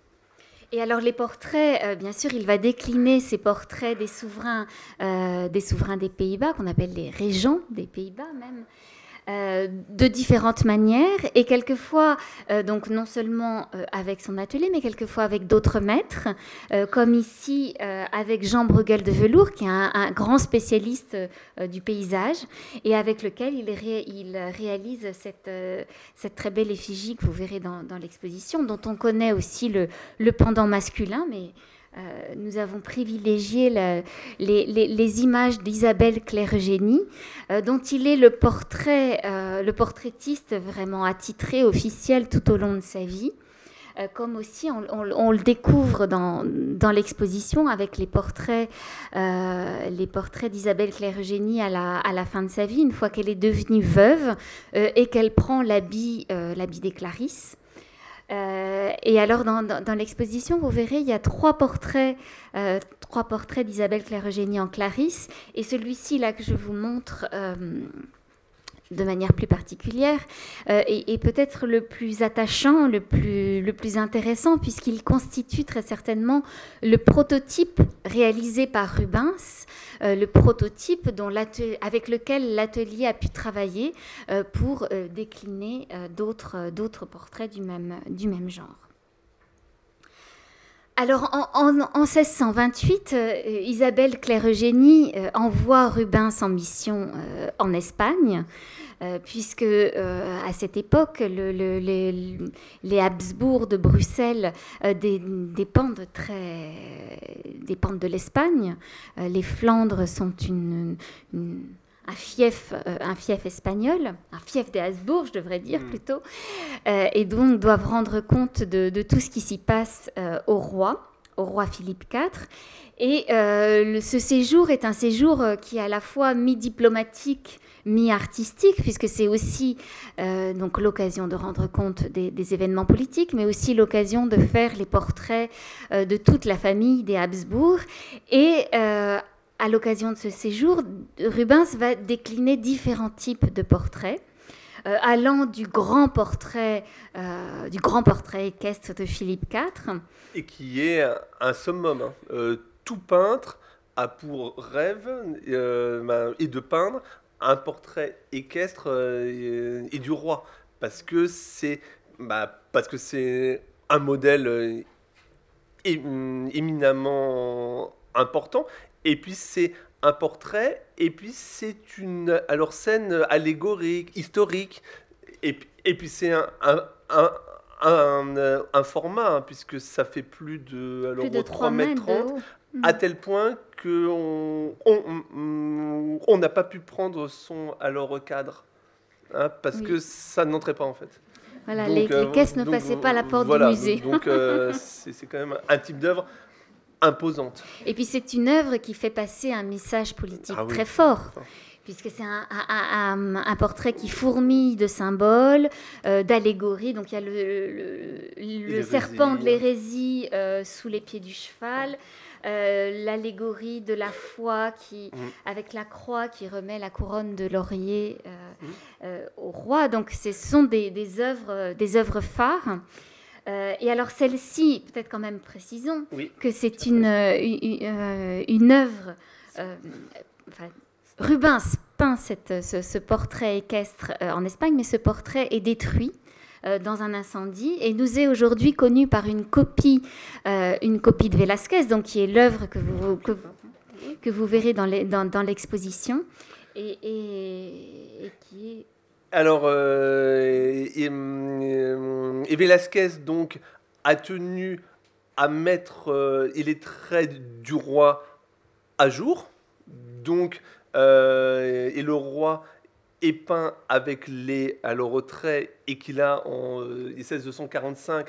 [SPEAKER 2] et alors les portraits, euh, bien sûr, il va décliner ces portraits des souverains, euh, des souverains des Pays-Bas, qu'on appelle les régents des Pays-Bas même, euh, de différentes manières, et quelquefois, euh, donc non seulement euh, avec son atelier, mais quelquefois avec d'autres maîtres, euh, comme ici euh, avec Jean Bruegel de Velours, qui est un, un grand spécialiste euh, du paysage, et avec lequel il, ré, il réalise cette, euh, cette très belle effigie que vous verrez dans, dans l'exposition, dont on connaît aussi le, le pendant masculin, mais Euh, nous avons privilégié la, les, les, les images d'Isabelle Claire-Eugénie, euh, dont il est le portrait, euh, le portraitiste vraiment attitré, officiel tout au long de sa vie. Euh, comme aussi on, on, on le découvre dans, dans l'exposition avec les portraits, euh, les portraits d'Isabelle Claire-Eugénie à la, à la fin de sa vie, une fois qu'elle est devenue veuve euh, et qu'elle prend l'habit, euh, l'habit des Clarisses. Euh, et alors dans, dans, dans l'exposition, vous verrez, il y a trois portraits, euh, trois portraits d'Isabelle Claire-Eugénie en Clarisse, et celui-ci là que je vous montre euh, de manière plus particulière euh, est, est peut-être le plus attachant, le plus, le plus intéressant, puisqu'il constitue très certainement le prototype réalisé par Rubens, euh, le prototype dont avec lequel l'atelier a pu travailler euh, pour euh, décliner euh, d'autres, d'autres portraits du même, du même genre. Alors, en, en, en seize cent vingt-huit, euh, Isabelle Claire-Eugénie euh, envoie Rubens en mission euh, en Espagne, euh, puisque euh, à cette époque, le, le, les, les Habsbourg de Bruxelles euh, dépendent, très, dépendent de l'Espagne. Euh, les Flandres sont une... une un fief, euh, un fief espagnol, un fief des Habsbourg, je devrais dire mmh. plutôt, euh, et donc doivent rendre compte de, de tout ce qui s'y passe euh, au roi, au roi Philippe quatre. Et euh, le, ce séjour est un séjour qui est à la fois mi-diplomatique, mi-artistique, puisque c'est aussi euh, donc l'occasion de rendre compte des, des événements politiques, mais aussi l'occasion de faire les portraits euh, de toute la famille des Habsbourg. Et euh, à l'occasion de ce séjour, Rubens va décliner différents types de portraits, euh, allant du grand portrait, euh, du grand portrait équestre de Philippe quatre.
[SPEAKER 3] Et qui est un, un summum. Hein. Euh, tout peintre a pour rêve euh, ben, et de peindre un portrait équestre euh, et, et du roi, parce que c'est, bah, parce que c'est un modèle euh, éminemment important. Et puis c'est un portrait, et puis c'est une alors scène allégorique, historique, et, et puis c'est un, un, un, un, un format, hein, puisque ça fait plus de, alors,
[SPEAKER 2] plus de
[SPEAKER 3] trois mètres trente, à tel point qu'on on, on n'a pas pu prendre son alors cadre, hein, parce oui. que ça n'entrait pas en fait.
[SPEAKER 2] Voilà, donc, les, euh, les caisses ne donc, passaient pas à la porte
[SPEAKER 3] voilà,
[SPEAKER 2] du musée.
[SPEAKER 3] Donc euh, c'est, c'est quand même un type d'œuvre imposante.
[SPEAKER 2] Et puis c'est une œuvre qui fait passer un message politique
[SPEAKER 3] ah oui.
[SPEAKER 2] très fort, puisque c'est un, un, un, un portrait qui fourmille de symboles, euh, d'allégories. Donc il y a le, le, le serpent de l'hérésie euh, sous les pieds du cheval, euh, l'allégorie de la foi qui, mmh. avec la croix qui remet la couronne de laurier euh, mmh. euh, au roi. Donc ce sont des, des, œuvres, des œuvres phares. Euh, et alors celle-ci, peut-être quand même précisons oui. que c'est une, une, une, une œuvre... Euh, enfin, Rubens peint cette, ce, ce portrait équestre euh, en Espagne, mais ce portrait est détruit euh, dans un incendie et nous est aujourd'hui connu par une copie, euh, une copie de Velázquez, donc qui est l'œuvre que vous, que, que vous verrez dans, les, dans, dans l'exposition et, et, et qui est...
[SPEAKER 3] Alors, euh, et, et Velázquez donc a tenu à mettre euh, les traits du roi à jour, donc euh, et le roi est peint avec les alors traits et qu'il a en euh, mille deux cent quarante-cinq,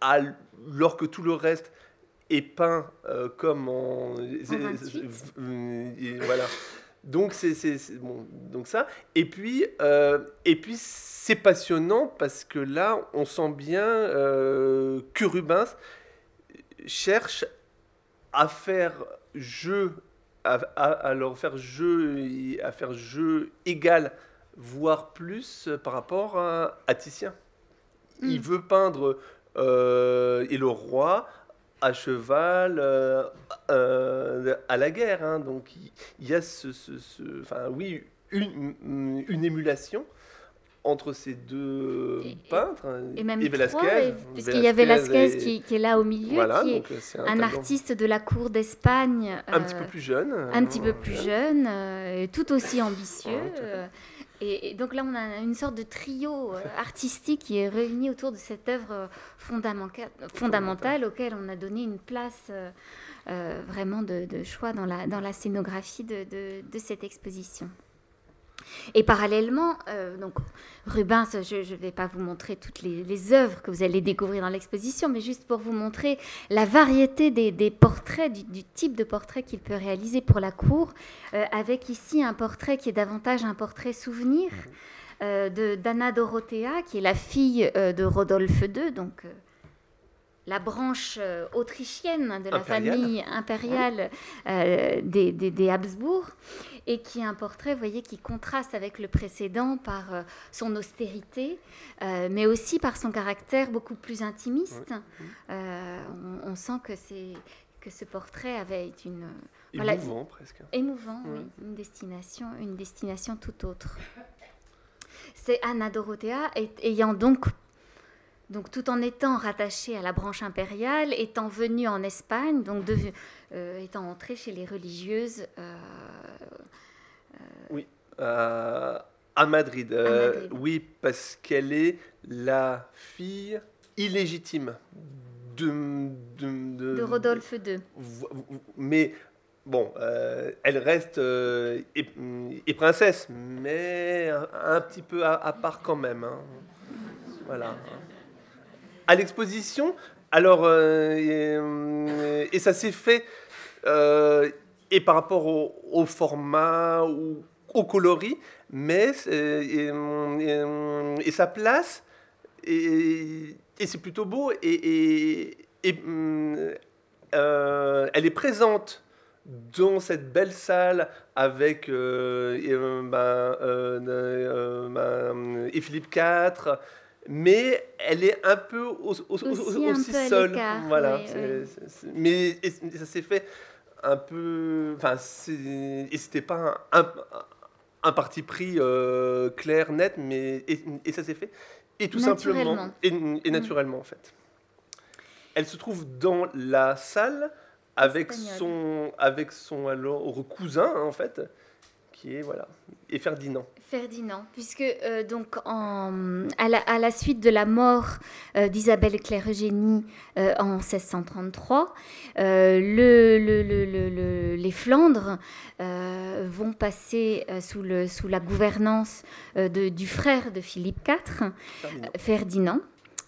[SPEAKER 3] alors que tout le reste est peint euh, comme en,
[SPEAKER 2] en
[SPEAKER 3] euh, voilà. Donc c'est, c'est, c'est bon, donc ça et puis euh, et puis c'est passionnant parce que là on sent bien euh, que Rubens cherche à faire jeu à, à, à leur faire jeu à faire jeu égal voire plus par rapport à, à Titien. Mm. Il veut peindre euh, et le roi à cheval, euh, euh, à la guerre. Hein. Donc il y a ce, ce, ce, enfin oui, une, une émulation entre ces deux et, peintres.
[SPEAKER 2] Et même
[SPEAKER 3] et
[SPEAKER 2] Velázquez, puisqu'il y a Velázquez qui, qui est là au milieu,
[SPEAKER 3] voilà,
[SPEAKER 2] qui est, est un, un artiste de la cour d'Espagne.
[SPEAKER 3] Un euh, petit peu plus jeune.
[SPEAKER 2] Un euh, petit peu plus jeune, euh, tout aussi ambitieux. Ouais, Et, et donc là, on a une sorte de trio euh, artistique qui est réuni autour de cette œuvre fondamentale, fondamentale auquel on a donné une place euh, euh, vraiment de, de choix dans la, dans la scénographie de, de, de cette exposition. Et parallèlement, euh, donc Rubens, je ne vais pas vous montrer toutes les, les œuvres que vous allez découvrir dans l'exposition, mais juste pour vous montrer la variété des, des portraits, du, du type de portrait qu'il peut réaliser pour la cour, euh, avec ici un portrait qui est davantage un portrait souvenir euh, de, d'Anna Dorothea, qui est la fille euh, de Rodolphe deux, donc... Euh, la branche euh, autrichienne de la
[SPEAKER 3] impériale.
[SPEAKER 2] famille impériale euh, des, des, des Habsbourg, et qui est un portrait, vous voyez, qui contraste avec le précédent par euh, son austérité, euh, mais aussi par son caractère beaucoup plus intimiste. Oui. Euh, on, on sent que, c'est, que ce portrait avait une...
[SPEAKER 3] Voilà, émouvant, presque.
[SPEAKER 2] Émouvant, oui. oui. Une destination, une destination tout autre. C'est Anna Dorothea, et, ayant donc... Donc, tout en étant rattachée à la branche impériale, étant venue en Espagne, donc de, euh, étant entrée chez les religieuses. Euh,
[SPEAKER 3] euh, oui, euh, à Madrid. Euh, à Madrid. Oui, parce qu'elle est la fille illégitime de,
[SPEAKER 2] de, de, de Rodolphe deux.
[SPEAKER 3] Mais bon, euh, elle reste euh, et, et princesse, mais un, un petit peu à, à part quand même. Hein. Voilà. À l'exposition, alors, euh, et, et ça s'est fait, euh, et par rapport au, au format, ou au coloris, mais, et, et, et sa place, et, et c'est plutôt beau, et, et, et euh, elle est présente dans cette belle salle avec euh, et, euh, ben, euh, euh, ben, et Philippe quatre, mais elle est un peu au, au, aussi, aussi, aussi seule, voilà.
[SPEAKER 2] Oui,
[SPEAKER 3] c'est,
[SPEAKER 2] oui.
[SPEAKER 3] c'est, c'est, mais et, et ça s'est fait un peu, enfin, c'est, et c'était pas un, un, un parti pris euh, clair, net, mais et, et ça s'est fait et tout simplement et, et naturellement mmh. en fait. Elle se trouve dans la salle avec Espagnol. son avec son alors cousin en fait, qui est voilà, et Ferdinand.
[SPEAKER 2] Ferdinand, puisque euh, donc en, à, la, à la suite de la mort euh, d'Isabelle Claire-Eugénie euh, en seize cent trente-trois, euh, le, le, le, le, les Flandres euh, vont passer euh, sous, le, sous la gouvernance euh, de, du frère de Philippe quatre, Ferdinand. Ferdinand.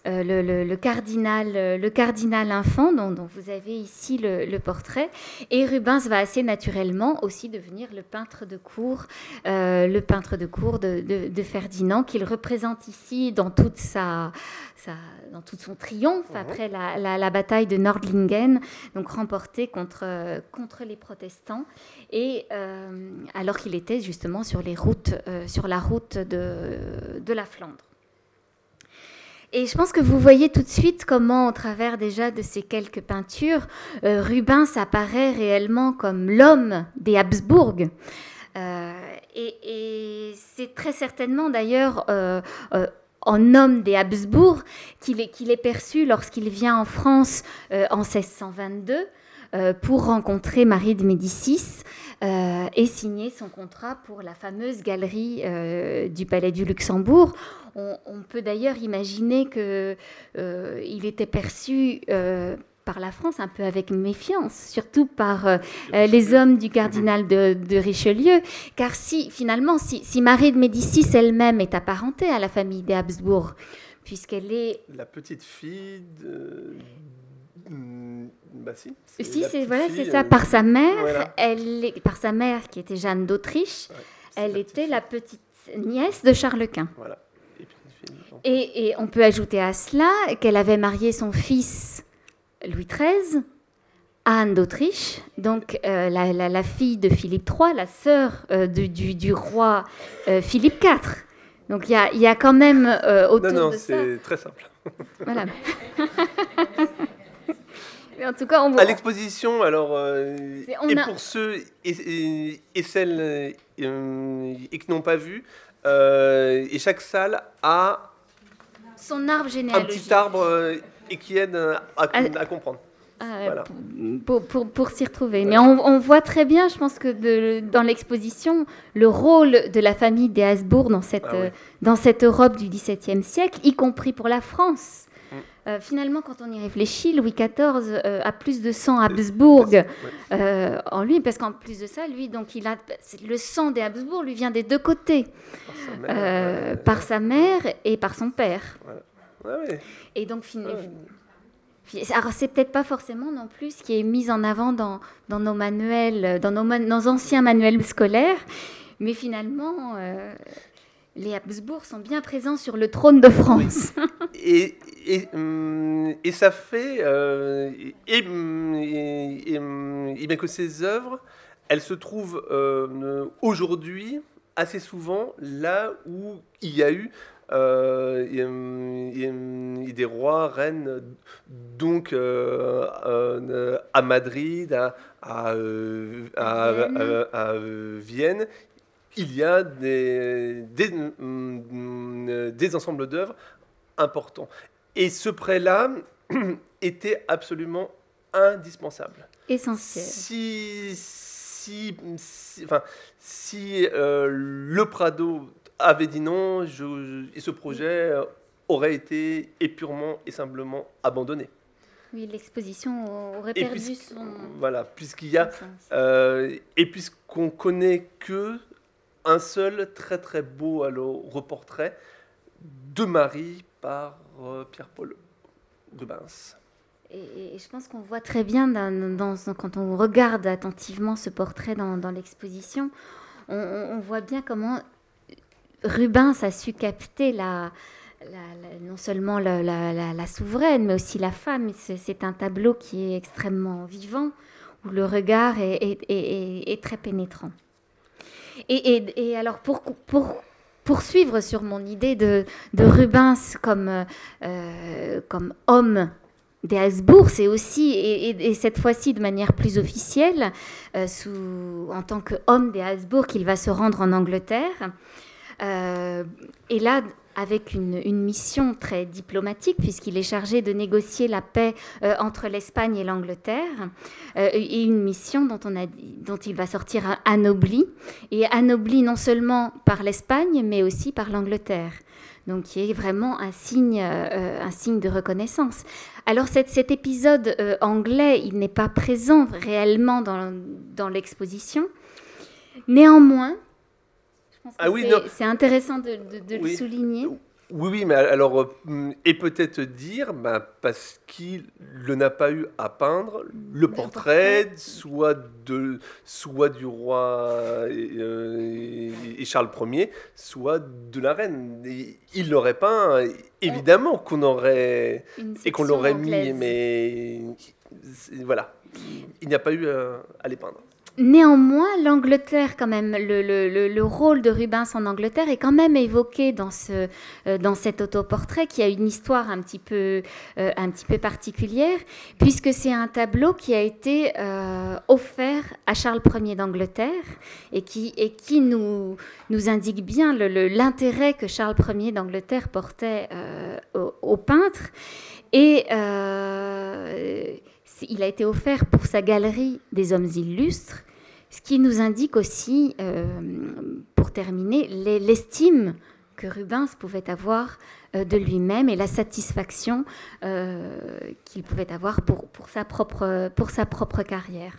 [SPEAKER 2] Euh, le, le, le, cardinal, le cardinal infant, dont, dont vous avez ici le, le portrait. Et Rubens va assez naturellement aussi devenir le peintre de cour, euh, le peintre de cour de, de, de Ferdinand, qu'il représente ici dans, toute sa, sa, dans tout son triomphe mmh. après la, la, la bataille de Nordlingen, donc remportée contre, contre les protestants, et euh, alors qu'il était justement sur, les routes, euh, sur la route de, de la Flandre. Et je pense que vous voyez tout de suite comment, au travers déjà de ces quelques peintures, euh, Rubens apparaît réellement comme l'homme des Habsbourg. Euh, et, et c'est très certainement d'ailleurs euh, euh, en homme des Habsbourg qu'il est, qu'il est perçu lorsqu'il vient en France euh, en seize cent vingt-deux euh, pour rencontrer Marie de Médicis euh, et signer son contrat pour la fameuse galerie euh, du Palais du Luxembourg. On, on peut d'ailleurs imaginer qu'il euh, était perçu euh, par la France un peu avec méfiance, surtout par euh, les hommes du cardinal de, de Richelieu, car si finalement, si, si Marie de Médicis elle-même est apparentée à la famille des Habsbourg, puisqu'elle est...
[SPEAKER 3] La petite fille de... Bah si,
[SPEAKER 2] c'est si, c'est, voilà, c'est ça, euh... par sa mère, voilà. elle est, par sa mère qui était Jeanne d'Autriche, ouais, elle était la petite nièce de Charles Quint. Voilà. Et, et on peut ajouter à cela qu'elle avait marié son fils Louis treize à Anne d'Autriche, donc euh, la, la, la fille de Philippe trois, la sœur euh, du, du, du roi euh, Philippe quatre. Donc il y, y a quand même euh, autour
[SPEAKER 3] non, non,
[SPEAKER 2] de ça...
[SPEAKER 3] Non, non, c'est très simple.
[SPEAKER 2] Voilà. Mais en tout cas, on voit...
[SPEAKER 3] À l'exposition, alors, euh, et a... pour ceux et, et, et celles euh, et qui n'ont pas vu, euh, et chaque salle a...
[SPEAKER 2] son arbre généalogique.
[SPEAKER 3] Un petit arbre euh, et qui aide à, à, à comprendre.
[SPEAKER 2] Euh, voilà. Pour, pour, pour s'y retrouver. Voilà. Mais on, on voit très bien, je pense que de, dans l'exposition, le rôle de la famille des Habsbourg dans cette, ah, oui. euh, dans cette Europe du XVIIe siècle, y compris pour la France. Mm. Euh, finalement, quand on y réfléchit, Louis quatorze euh, a plus de sang Habsbourg oui. euh, en lui, parce qu'en plus de ça, lui, donc, il a, le sang des Habsbourg lui vient des deux côtés, par sa mère, euh, ouais. par sa mère et par son père.
[SPEAKER 3] Voilà. Ah oui.
[SPEAKER 2] Et donc, fin... ouais. alors, c'est peut-être pas forcément non plus ce qui est mis en avant dans, dans nos manuels, dans nos, man... nos anciens manuels scolaires, mais finalement, euh, les Habsbourg sont bien présents sur le trône de France.
[SPEAKER 3] Oui. et, et, hum, et ça fait, euh, et, et, et, et bien que ces œuvres, elles se trouvent euh, aujourd'hui assez souvent là où il y a eu Euh, et, et, et des rois, reines, donc euh, euh, à Madrid, à, à, euh, à, Vienne. à, à, à euh, Vienne, il y a des, des, des ensembles d'œuvres importants. Et ce prêt-là était absolument indispensable.
[SPEAKER 2] Essentiel.
[SPEAKER 3] Si, si, si, enfin, si euh, le Prado avait dit non, je, je, et ce projet aurait été épurement et simplement abandonné.
[SPEAKER 2] Oui, l'exposition aurait perdu
[SPEAKER 3] puisque,
[SPEAKER 2] son...
[SPEAKER 3] Voilà, puisqu'il y a... Euh, et puisqu'on connaît que un seul très très beau alors, reportrait de Marie par euh, Pierre-Paul Rubens.
[SPEAKER 2] Et, et je pense qu'on voit très bien, dans, dans, quand on regarde attentivement ce portrait dans, dans l'exposition, on, on voit bien comment Rubens a su capter la, la, la, non seulement la, la, la, la souveraine, mais aussi la femme. C'est, c'est un tableau qui est extrêmement vivant, où le regard est, est, est, est très pénétrant. Et, et, et alors, pour, pour poursuivre sur mon idée de, de Rubens comme, euh, comme homme des Habsbourg, c'est aussi, et, et, et cette fois-ci de manière plus officielle, euh, sous, en tant qu'homme des Habsbourg, qu'il va se rendre en Angleterre. Euh, et là, avec une, une mission très diplomatique, puisqu'il est chargé de négocier la paix euh, entre l'Espagne et l'Angleterre, euh, et une mission dont, on a, dont il va sortir anobli, et anobli non seulement par l'Espagne, mais aussi par l'Angleterre. Donc, qui est vraiment un signe, euh, un signe de reconnaissance. Alors, cet, cet épisode euh, anglais, il n'est pas présent réellement dans, dans l'exposition. Néanmoins, je pense que ah oui, c'est, c'est intéressant de, de, de oui. le souligner.
[SPEAKER 3] Oui, oui, mais alors, euh, et peut-être dire, bah, parce qu'il n'a pas eu à peindre le portrait,
[SPEAKER 2] portrait.
[SPEAKER 3] soit, de, soit du roi et, euh, et Charles Ier, soit de la reine. Et il l'aurait peint, évidemment qu'on aurait,
[SPEAKER 2] Une
[SPEAKER 3] et qu'on
[SPEAKER 2] section
[SPEAKER 3] l'aurait mis,
[SPEAKER 2] anglaise.
[SPEAKER 3] mais c'est- voilà, il n'y a pas eu à, à les peindre.
[SPEAKER 2] Néanmoins, l'Angleterre, quand même, le, le- le- le rôle de Rubens en Angleterre est quand même évoqué dans, ce, euh, dans cet autoportrait qui a une histoire un petit peu, euh, un petit peu particulière, puisque c'est un tableau qui a été euh, offert à Charles Ier d'Angleterre et qui, et qui nous, nous indique bien le- le- l'intérêt que Charles Ier d'Angleterre portait euh, au, au peintre. Et euh, il a été offert pour sa galerie des hommes illustres, ce qui nous indique aussi, euh, pour terminer, l'estime que Rubens pouvait avoir euh, de lui-même et la satisfaction euh, qu'il pouvait avoir pour, pour, sa propre, pour sa propre carrière.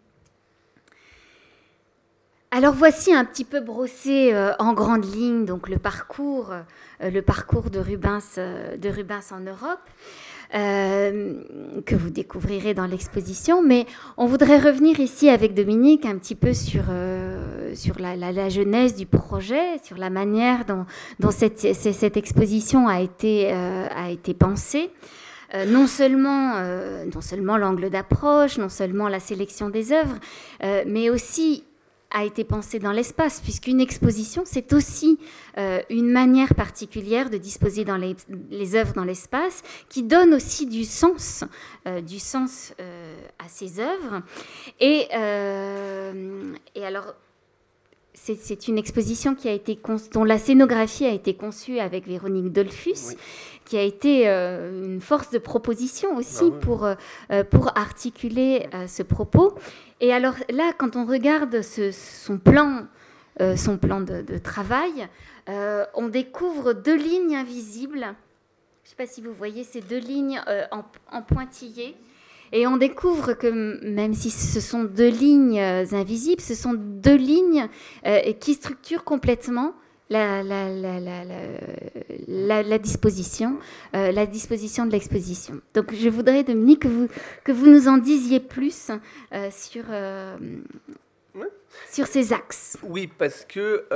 [SPEAKER 2] Alors voici un petit peu brossé euh, en grandes lignes donc le parcours, euh, le parcours de Rubens, euh, de Rubens en Europe. Euh, que vous découvrirez dans l'exposition, mais on voudrait revenir ici avec Dominique un petit peu sur, euh, sur la, la, la genèse du projet, sur la manière dont, dont cette, cette exposition a été, euh, a été pensée. Euh, non seulement, euh, non seulement l'angle d'approche, non seulement la sélection des œuvres, euh, mais aussi a été pensée dans l'espace, puisqu'une exposition, c'est aussi euh, une manière particulière de disposer dans les, les œuvres dans l'espace, qui donne aussi du sens, euh, du sens euh, à ces œuvres. Et, euh, et alors, c'est, c'est une exposition qui a été conçue, dont la scénographie a été conçue avec Véronique Dollfus, oui, qui a été euh, une force de proposition aussi ah oui. pour, euh, pour articuler euh, ce propos. Et alors là, quand on regarde ce, son plan, euh, son plan de, de travail, euh, on découvre deux lignes invisibles. Je ne sais pas si vous voyez ces deux lignes euh, en, en pointillé. Et on découvre que même si ce sont deux lignes invisibles, ce sont deux lignes euh, qui structurent complètement la, la, la, la, la, la, la disposition, euh, la disposition de l'exposition. Donc je voudrais, Dominique, que vous, que vous nous en disiez plus euh, sur, euh, ouais. sur ces axes.
[SPEAKER 3] Oui, parce que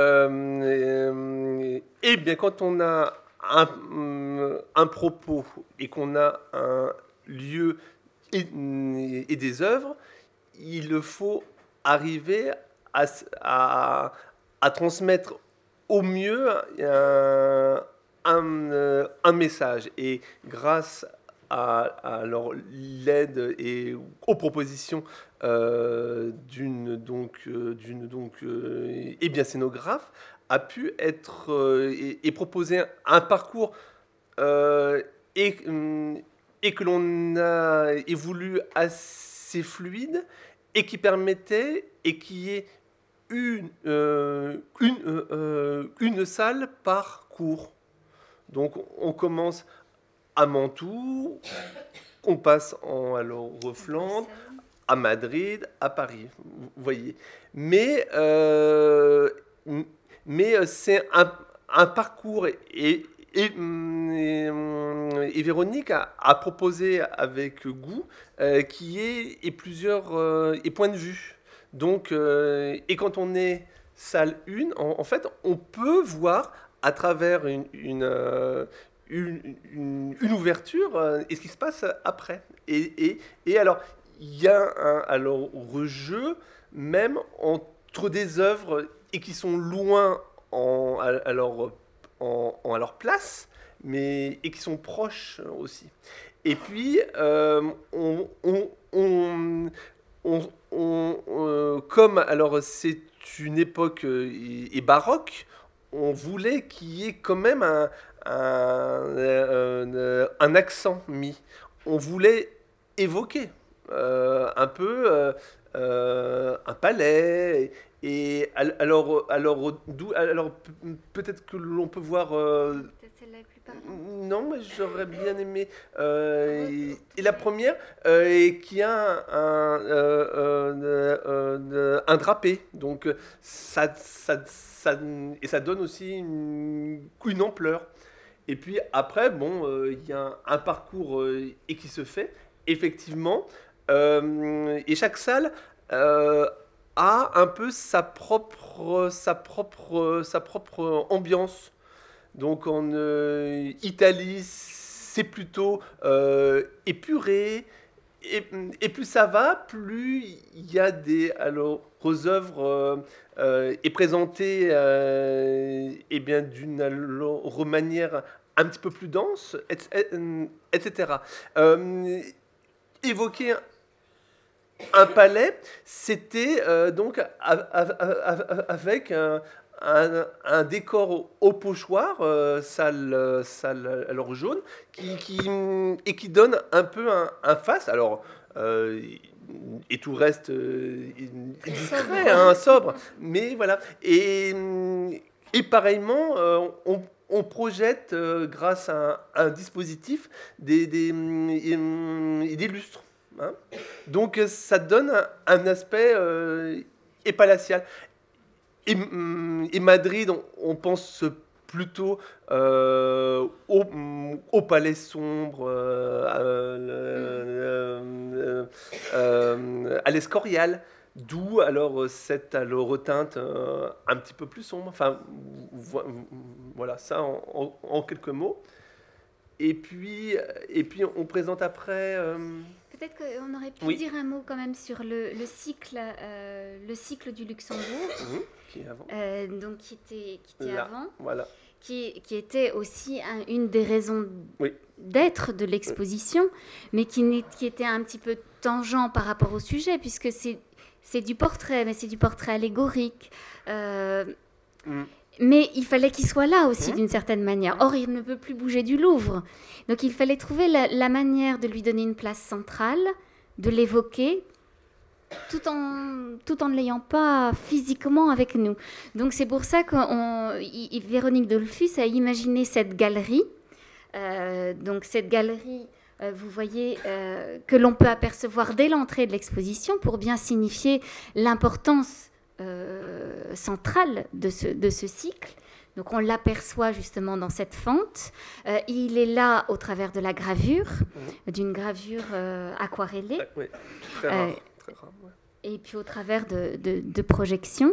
[SPEAKER 3] euh, eh bien, quand on a un, un propos et qu'on a un lieu et, et des œuvres, il faut arriver à, à, à transmettre au mieux un, un, un message. Et grâce à, à leur, l'aide et aux propositions euh, d'une donc, euh, d'une, donc, euh, et bien scénographe, a pu être euh, et, et proposer un parcours euh, et, et que l'on a voulu assez fluide et qui permettait et qui est une, euh, une, euh, une salle par cours. Donc on commence à Mantoue, on passe en alors Flandre, à Madrid, à Paris, vous voyez. Mais, euh, mais c'est un, un parcours et, et, et, et Véronique a, a proposé avec goût euh, qui est et plusieurs euh, et points de vue. Donc, euh, et quand on est salle un, en, en fait, on peut voir à travers une, une, euh, une, une, une ouverture euh, et ce qui se passe après. Et, et, et alors, il y a un alors, rejeu même entre des œuvres et qui sont loin en, alors, en, en à leur place, mais et qui sont proches aussi. Et puis, euh, on, on, on On, on, euh, comme alors c'est une époque euh, et, et baroque, on voulait qu'il y ait quand même un, un, un, un accent mis. On voulait évoquer euh, un peu euh, euh, un palais. Et, et alors, alors, d'où, alors peut-être que l'on peut voir. Euh, Non, mais j'aurais bien aimé. Euh, et, et la première, euh, et qui a un, euh, euh, euh, un drapé. Donc, ça, ça, ça, et ça donne aussi une, une ampleur. Et puis après, bon, il euh, y a un, un parcours euh, et qui se fait, effectivement. Euh, et chaque salle euh, a un peu sa propre, sa propre, sa propre ambiance. Donc en euh, Italie, c'est plutôt euh, épuré. Et, et plus ça va, plus il y a des alors, aux œuvres euh, euh, est présentées euh, et bien d'une alors, manière un petit peu plus dense, et cetera. Euh, évoquer un palais, c'était euh, donc a, a, a, avec un, un, un décor au, au pochoir, euh, salle, salle alors jaune, qui, qui, et qui donne un peu un, un face. Alors, euh, et tout reste euh, discret, hein, sobre, mais voilà. Et, et pareillement, euh, on, on projette, euh, grâce à un, un dispositif, des, des, des, des lustres. Hein, donc ça donne un, un aspect euh, épalacial. Et, et Madrid, on, on pense plutôt euh, au, au palais sombre, euh, euh, euh, à l'Escorial, d'où alors cette alors, teinte euh, un petit peu plus sombre. Enfin, voilà, ça en, en, en quelques mots. Et puis, et puis on présente après... Euh,
[SPEAKER 2] Peut-être qu'on aurait pu
[SPEAKER 3] oui.
[SPEAKER 2] dire un mot quand même sur le, le, cycle, euh, le cycle du Luxembourg,
[SPEAKER 3] mmh, qui est avant.
[SPEAKER 2] Euh, donc qui était, qui était
[SPEAKER 3] Là,
[SPEAKER 2] avant,
[SPEAKER 3] voilà.
[SPEAKER 2] qui, qui était aussi un, une des raisons
[SPEAKER 3] oui.
[SPEAKER 2] d'être de l'exposition, oui. mais qui, qui était un petit peu tangent par rapport au sujet, puisque c'est, c'est du portrait, mais c'est du portrait allégorique. Euh, mmh. Mais il fallait qu'il soit là aussi, mmh. d'une certaine manière. Or, il ne peut plus bouger du Louvre. Donc, il fallait trouver la, la manière de lui donner une place centrale, de l'évoquer, tout en, tout en ne l'ayant pas physiquement avec nous. Donc, c'est pour ça que Véronique Dollfus a imaginé cette galerie. Euh, donc, cette galerie, euh, vous voyez, euh, que l'on peut apercevoir dès l'entrée de l'exposition pour bien signifier l'importance Euh, centrale de ce, de ce cycle. Donc on l'aperçoit justement dans cette fente. Euh, il est là au travers de la gravure, mmh. d'une gravure euh, aquarellée.
[SPEAKER 3] Oui, très rare. Euh, très rare ouais.
[SPEAKER 2] Et puis au travers de, de, de projections.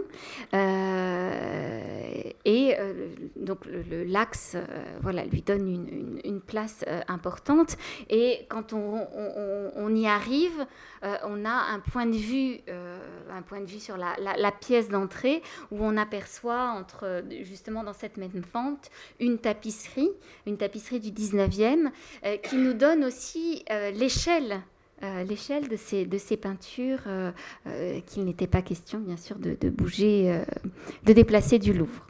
[SPEAKER 2] Euh, et euh, donc le, le, l'axe euh, voilà, lui donne une, une, une place euh, importante. Et quand on, on, on y arrive, euh, on a un point de vue, euh, un point de vue sur la, la, la pièce d'entrée où on aperçoit, entre, justement dans cette même fente, une tapisserie, une tapisserie du dix-neuvième, euh, qui nous donne aussi euh, l'échelle Euh, l'échelle de ces, de ces peintures euh, euh, qu'il n'était pas question, bien sûr, de, de bouger, euh, de déplacer du Louvre.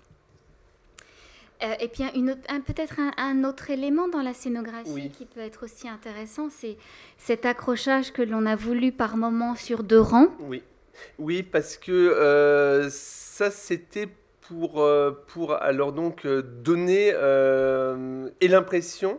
[SPEAKER 2] Euh, et puis, une autre, un, peut-être un, un autre élément dans la scénographie oui. qui peut être aussi intéressant, c'est cet accrochage que l'on a voulu par moment sur deux rangs.
[SPEAKER 3] Oui, oui parce que euh, ça, c'était pour, euh, pour alors donc, donner euh, et l'impression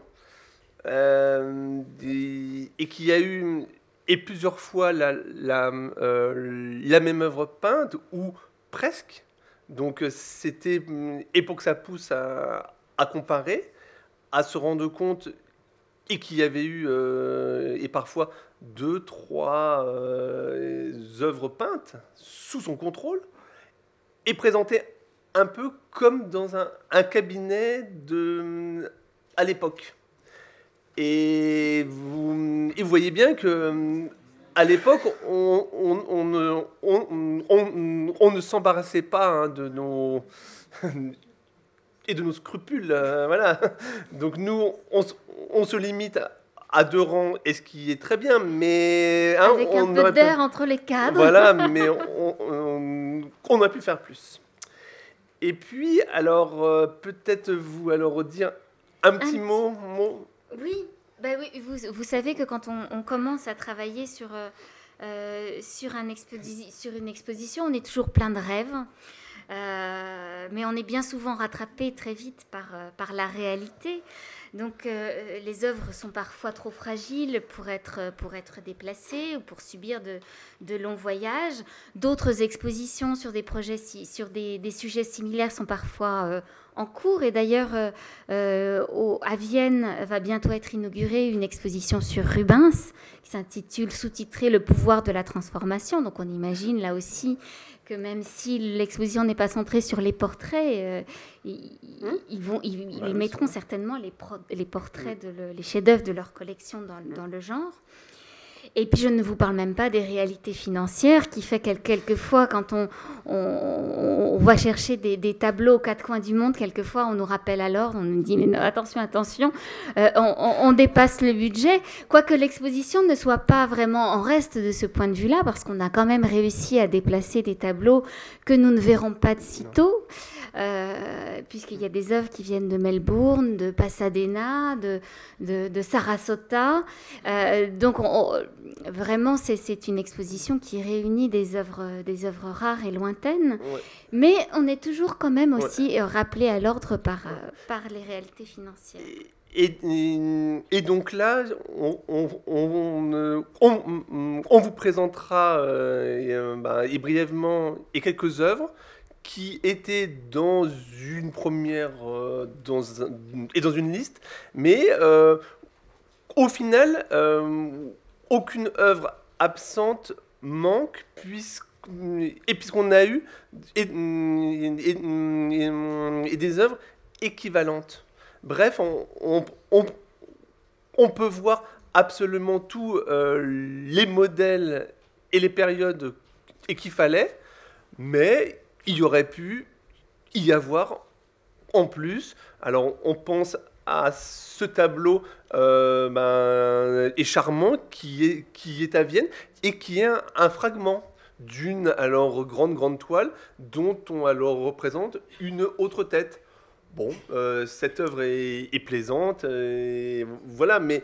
[SPEAKER 3] Euh, des, et qu'il y a eu et plusieurs fois la, la, euh, la même œuvre peinte ou presque, donc c'était et pour que ça pousse à, à comparer, à se rendre compte et qu'il y avait eu euh, et parfois deux trois euh, œuvres peintes sous son contrôle et présentées un peu comme dans un, un cabinet de à l'époque. Et vous, et vous voyez bien que à l'époque, on, on, on, on, on, on ne s'embarrassait pas hein, de nos et de nos scrupules, euh, voilà. Donc nous, on, on se limite à, à deux rangs, et ce qui est très bien, mais
[SPEAKER 2] hein, avec
[SPEAKER 3] on
[SPEAKER 2] un peu d'air pu, entre les cadres.
[SPEAKER 3] Voilà, mais on, on, on aurait pu faire plus. Et puis, alors euh, peut-être vous alors dire un petit un mot. mot
[SPEAKER 2] Oui, bah oui vous, vous savez que quand on, on commence à travailler sur, euh, sur, un exposi- sur une exposition, on est toujours plein de rêves, euh, mais on est bien souvent rattrapé très vite par, par la réalité. Donc euh, les œuvres sont parfois trop fragiles pour être, pour être déplacées ou pour subir de, de longs voyages. D'autres expositions sur des projets, sur des, des sujets similaires sont parfois euh, en cours. Et d'ailleurs, euh, euh, au, à Vienne va bientôt être inaugurée une exposition sur Rubens qui s'intitule, sous-titrée « Le pouvoir de la transformation ». Donc on imagine là aussi que même si l'exposition n'est pas centrée sur les portraits, euh, ils, ils, vont, ils, ils ouais, mettront certainement les, pro, les portraits, de le, les chefs-d'œuvre de leur collection dans, dans le genre. Et puis je ne vous parle même pas des réalités financières qui fait que quelquefois quand on, on, on va chercher des, des tableaux aux quatre coins du monde, quelquefois on nous rappelle à l'ordre, on nous dit mais non, attention, attention, euh, on, on, on dépasse le budget. Quoique l'exposition ne soit pas vraiment en reste de ce point de vue-là, parce qu'on a quand même réussi à déplacer des tableaux que nous ne verrons pas de sitôt. Euh, puisqu'il y a des œuvres qui viennent de Melbourne, de Pasadena, de, de, de Sarasota. Euh, donc, on, on, vraiment, c'est, c'est une exposition qui réunit des œuvres, des œuvres rares et lointaines. Ouais. Mais on est toujours quand même aussi ouais. rappelé à l'ordre par, euh, par les réalités financières.
[SPEAKER 3] Et, et, et donc là, on, on, on, on, on vous présentera euh, et, bah, et brièvement et quelques œuvres qui était dans une première euh, dans un, et dans une liste, mais euh, au final, euh, aucune œuvre absente manque, puisque, et puisqu'on a eu et, et, et, et des œuvres équivalentes. Bref, on, on, on, on peut voir absolument tous euh, les modèles et les périodes et qu'il fallait, mais il y aurait pu y avoir en plus, alors on pense à ce tableau euh, ben, est charmant qui est, qui est à Vienne et qui est un, un fragment d'une alors grande grande toile dont on alors représente une autre tête. Bon, euh, cette œuvre est, est plaisante, et voilà, mais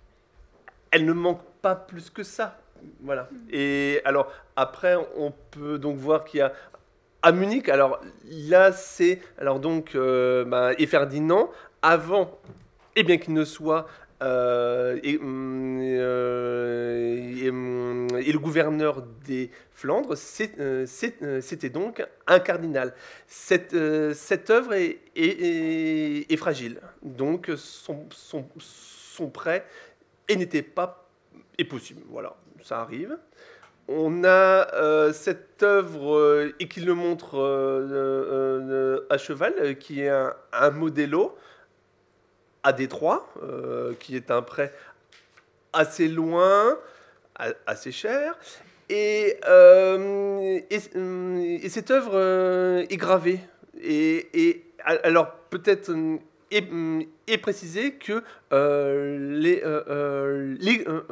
[SPEAKER 3] elle ne manque pas plus que ça. Voilà. Et alors après, on peut donc voir qu'il y a à Munich, alors là, c'est alors donc euh, bah, et Ferdinand avant, et bien qu'il ne soit euh, et, euh, et, et le gouverneur des Flandres, c'est, euh, c'est, euh, c'était donc un cardinal. Cette, euh, cette œuvre est, est, est, est fragile, donc son, son, son prêt et n'était pas est possible. Voilà, ça arrive. On a euh, cette œuvre, euh, et qui le montre euh, euh, à cheval, euh, qui est un, un modello à Détroit, euh, qui est un prêt assez loin, a, assez cher. Et, euh, et, et cette œuvre euh, est gravée. Et, et alors, peut-être... Et, et préciser que euh, les, euh, les, euh,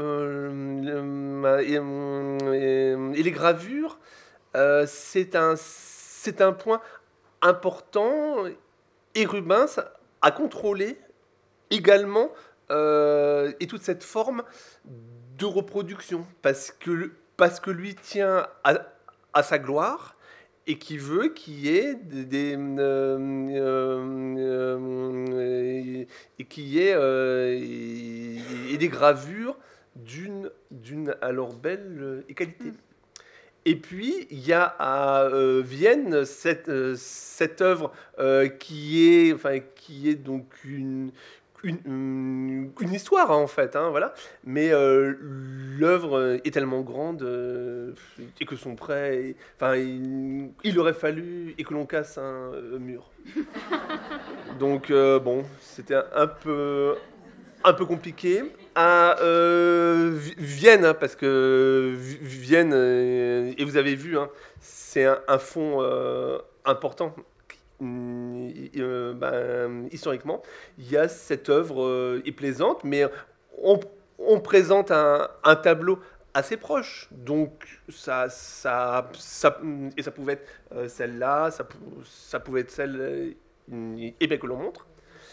[SPEAKER 3] euh, et, euh, et les gravures, euh, c'est, un, c'est un point important, et Rubens a contrôlé également euh, et toute cette forme de reproduction, parce que, parce que lui tient à, à sa gloire, et qui veut qu'il y ait des, des euh, euh, euh, et qu'il y ait euh, et, et des gravures d'une d'une alors belle et qualité. Mm. Et puis il y a à euh, Vienne cette euh, cette œuvre euh, qui est enfin qui est donc une Une, une histoire, hein, en fait, hein, voilà. Mais euh, l'œuvre est tellement grande euh, et que son prêt, enfin, il, il aurait fallu et que l'on casse un euh, mur. Donc euh, bon, c'était un, un peu un peu compliqué. À euh, Vienne, hein, parce que Vienne, euh, et vous avez vu, hein, c'est un, un fond euh, important. Euh, ben, historiquement, il y a cette œuvre euh, est plaisante, mais on, on présente un, un tableau assez proche, donc ça, ça, ça, et ça pouvait être euh, celle-là, ça, ça pouvait être celle euh, et bien que l'on montre.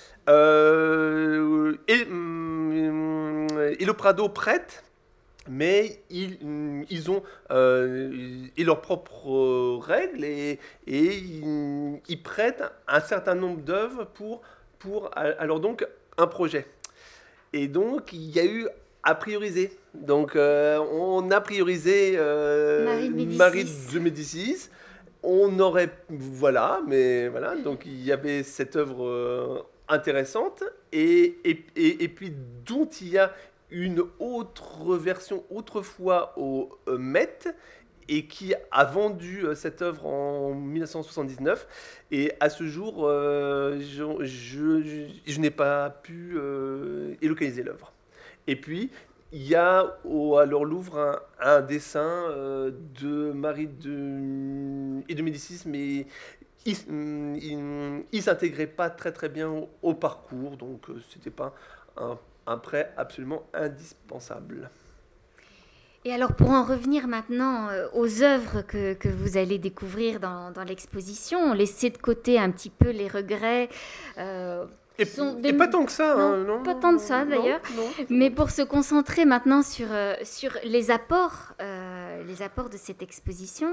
[SPEAKER 3] Euh, et, et le Prado prête, mais ils, ils ont euh, et leurs propres règles et, et ils, ils prêtent un certain nombre d'œuvres pour, pour alors donc un projet. Et donc il y a eu à prioriser. Donc euh, on a priorisé euh,
[SPEAKER 2] Marie de Médicis.
[SPEAKER 3] Marie de Médicis. on aurait, voilà, mais voilà, donc il y avait cette œuvre euh, intéressante, et, et, et, et puis dont il y a une autre version autrefois au euh, Met, et qui a vendu euh, cette œuvre en mille neuf cent soixante-dix-neuf. Et à ce jour, euh, je, je, je, je n'ai pas pu euh, élocaliser l'œuvre. Et puis, il y a au, à leur Louvre un, un dessin euh, de Marie de, et de Médicis, mais il ne s'intégrait pas très très bien au, au parcours, donc euh, c'était pas un, un prêt absolument indispensable.
[SPEAKER 2] Et alors, pour en revenir maintenant euh, aux œuvres que, que vous allez découvrir dans, dans l'exposition, laisser de côté un petit peu les regrets. Euh,
[SPEAKER 3] et, des... et pas tant que ça,
[SPEAKER 2] non,
[SPEAKER 3] hein, non,
[SPEAKER 2] pas tant de ça d'ailleurs.
[SPEAKER 3] Non, non,
[SPEAKER 2] mais pour se concentrer maintenant sur, euh, sur les apports, euh, les apports de cette exposition,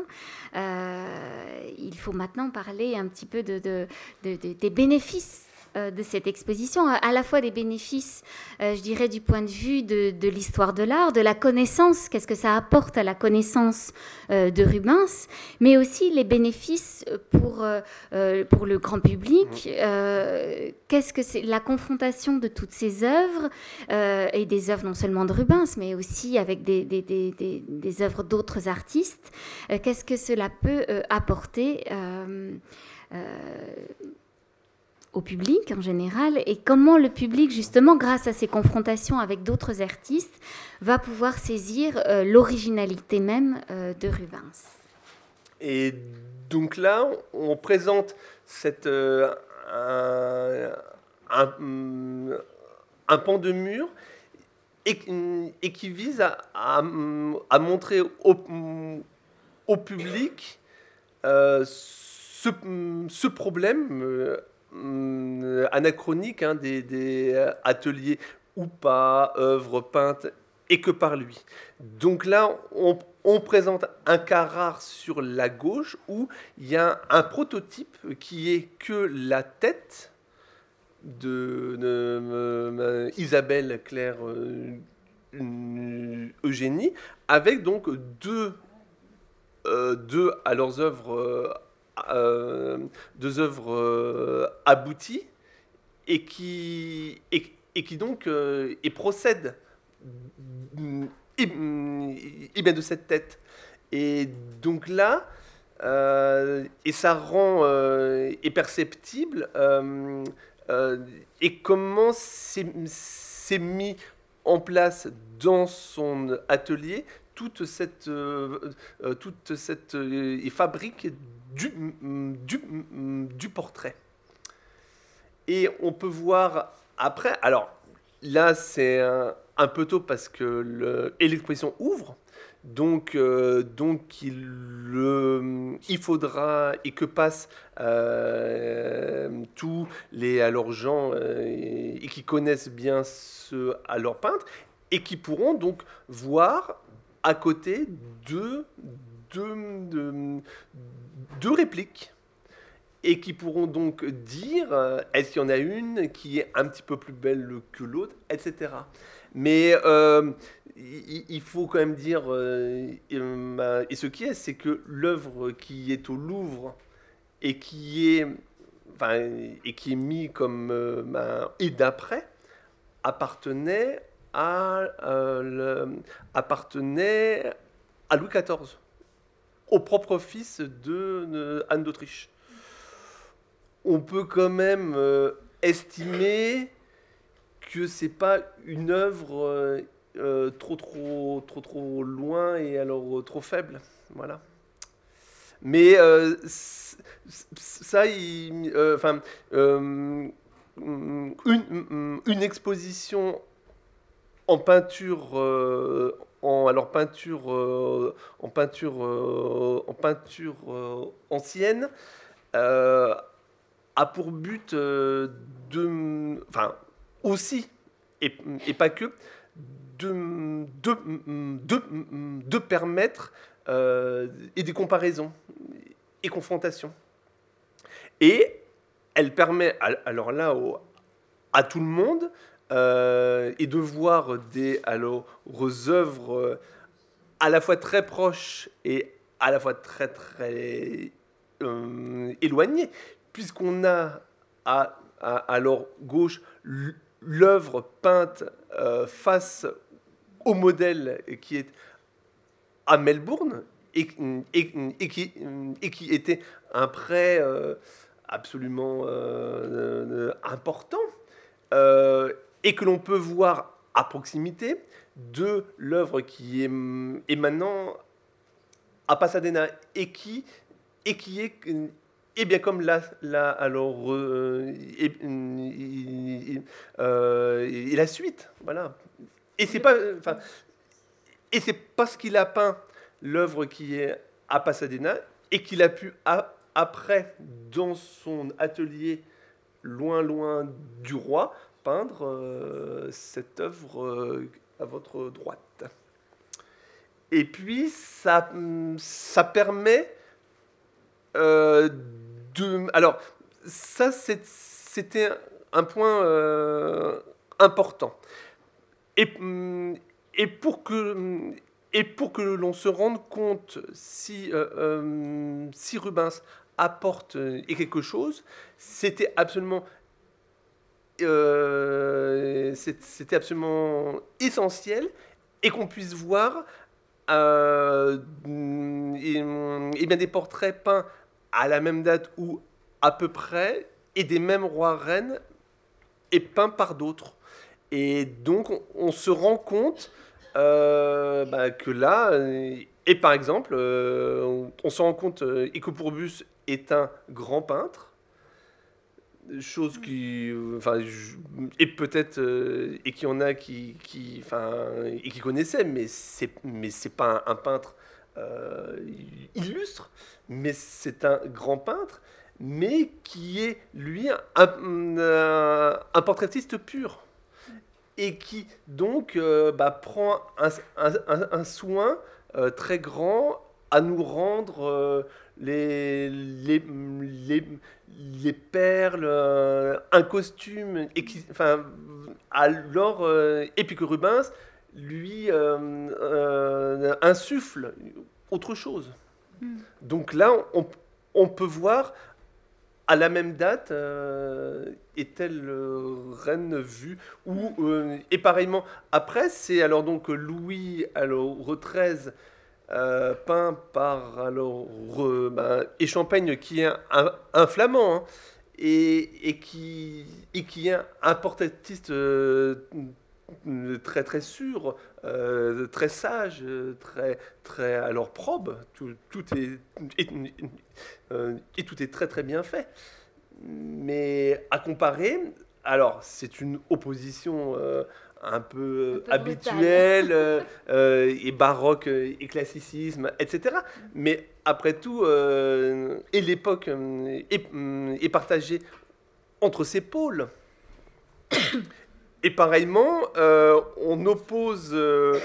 [SPEAKER 2] euh, il faut maintenant parler un petit peu de, de, de, de, des bénéfices de cette exposition, à la fois des bénéfices, euh, je dirais, du point de vue de, de l'histoire de l'art, de la connaissance, qu'est-ce que ça apporte à la connaissance euh, de Rubens, mais aussi les bénéfices pour, euh, pour le grand public. Euh, qu'est-ce que c'est la confrontation de toutes ces œuvres, euh, et des œuvres non seulement de Rubens, mais aussi avec des, des, des, des, des œuvres d'autres artistes. Euh, qu'est-ce que cela peut euh, apporter euh, euh, au public en général, et comment le public, justement, grâce à ces confrontations avec d'autres artistes, va pouvoir saisir euh, l'originalité même euh, de Rubens.
[SPEAKER 3] Et donc là, on présente cette, euh, un, un, un pan de mur et, et qui vise à, à, à montrer au, au public euh, ce, ce problème euh, anachronique hein, des, des ateliers ou pas, œuvres peintes, et que par lui. Donc là, on, on présente un cas rare sur la gauche où il y a un prototype qui est que la tête de, de, de Isabelle Claire euh, Eugénie, avec donc deux, euh, deux à leurs œuvres euh, Euh, deux œuvres euh, abouties et qui, et, et qui donc euh, et procèdent et, et bien de cette tête. Et donc là, euh, et ça rend euh, est perceptible euh, euh, et comment c'est, c'est mis en place dans son atelier toute cette, euh, toute cette euh, fabrique du, du, du portrait. Et on peut voir après, alors là c'est un, un peu tôt parce que le, et l'exposition ouvre, donc, euh, donc il, le, il faudra et que passent euh, tous les alors gens euh, et, et qui connaissent bien ce alors peintre et qui pourront donc voir à côté de deux, de, deux répliques et qui pourront donc dire euh, est-ce qu'il y en a une qui est un petit peu plus belle que l'autre, et cetera. Mais euh, il, il faut quand même dire, euh, et, et ce qui est, c'est que l'œuvre qui est au Louvre et qui est, enfin, et qui est mis comme euh, ben, et d'après appartenait à euh, le, appartenait à Louis quatorze, au propre fils de, de Anne d'Autriche. On peut quand même euh, estimer que c'est pas une œuvre euh, euh, trop trop trop trop loin et alors euh, trop faible, voilà. Mais euh, ça, enfin, euh, euh, une, une exposition en peinture, euh, en alors peinture, euh, en peinture, euh, en peinture euh, ancienne. Euh, a pour but euh, de, enfin aussi, et, et pas que, de, de, de, de permettre euh, et des comparaisons et confrontations. Et elle permet, alors là, au, à tout le monde, euh, et de voir des alors, œuvres à la fois très proches et à la fois très très euh, éloigné, puisqu'on a à, à, à leur gauche l'œuvre peinte euh, face au modèle qui est à Melbourne et, et, et, qui, et qui était un prêt euh, absolument euh, important euh, et que l'on peut voir à proximité de l'œuvre qui est, est maintenant à Pasadena et qui, et qui est, et bien comme là, là alors, euh, et, et, euh, et la suite, voilà. Et c'est pas, enfin, et c'est parce qu'il a peint l'œuvre qui est à Pasadena et qu'il a pu a, après dans son atelier loin loin du roi peindre euh, cette œuvre euh, à votre droite. Et puis ça, ça permet euh, de... Alors ça c'est, c'était un point euh, important. Et, et, pour que, et pour que l'on se rende compte si, euh, euh, si Rubens apporte quelque chose, c'était absolument, euh, c'était absolument essentiel et qu'on puisse voir euh, et, et bien des portraits peints à la même date ou à peu près et des mêmes rois-reines et peints par d'autres. Et donc, on, on se rend compte euh, bah, que là, et par exemple, euh, on, on se rend compte euh, et que Pourbus est un grand peintre, chose qui, enfin, et peut-être, euh, et qu'il y en a qui, qui, enfin, et qui connaissaient, mais c'est, mais c'est pas un, un peintre euh, illustre, mais c'est un grand peintre, mais qui est lui un, un, un portraitiste pur. Et qui donc euh, bah, prend un, un, un, un soin euh, très grand à nous rendre euh, les, les, les, les perles, euh, un costume, et qui, enfin, alors, euh, et puis que Rubens lui euh, euh, insuffle autre chose. Mm. Donc là, on, on peut voir à la même date, euh, est-elle euh, reine vue ou euh, et pareillement après c'est alors donc Louis alors treize euh, peint par alors euh, ben, et Champagne qui est un, un, un flamand hein, et, et qui et qui est un portraitiste euh, très très sûr, euh, très sage, très très alors probe. Tout, tout est et, euh, et tout est très très bien fait. Mais à comparer, alors c'est une opposition euh, un peu, un peu habituelle euh, euh, et baroque et classicisme, et cetera. Mais après tout, euh, et l'époque euh, est, est partagée entre ces pôles. Et pareillement, euh, on oppose euh,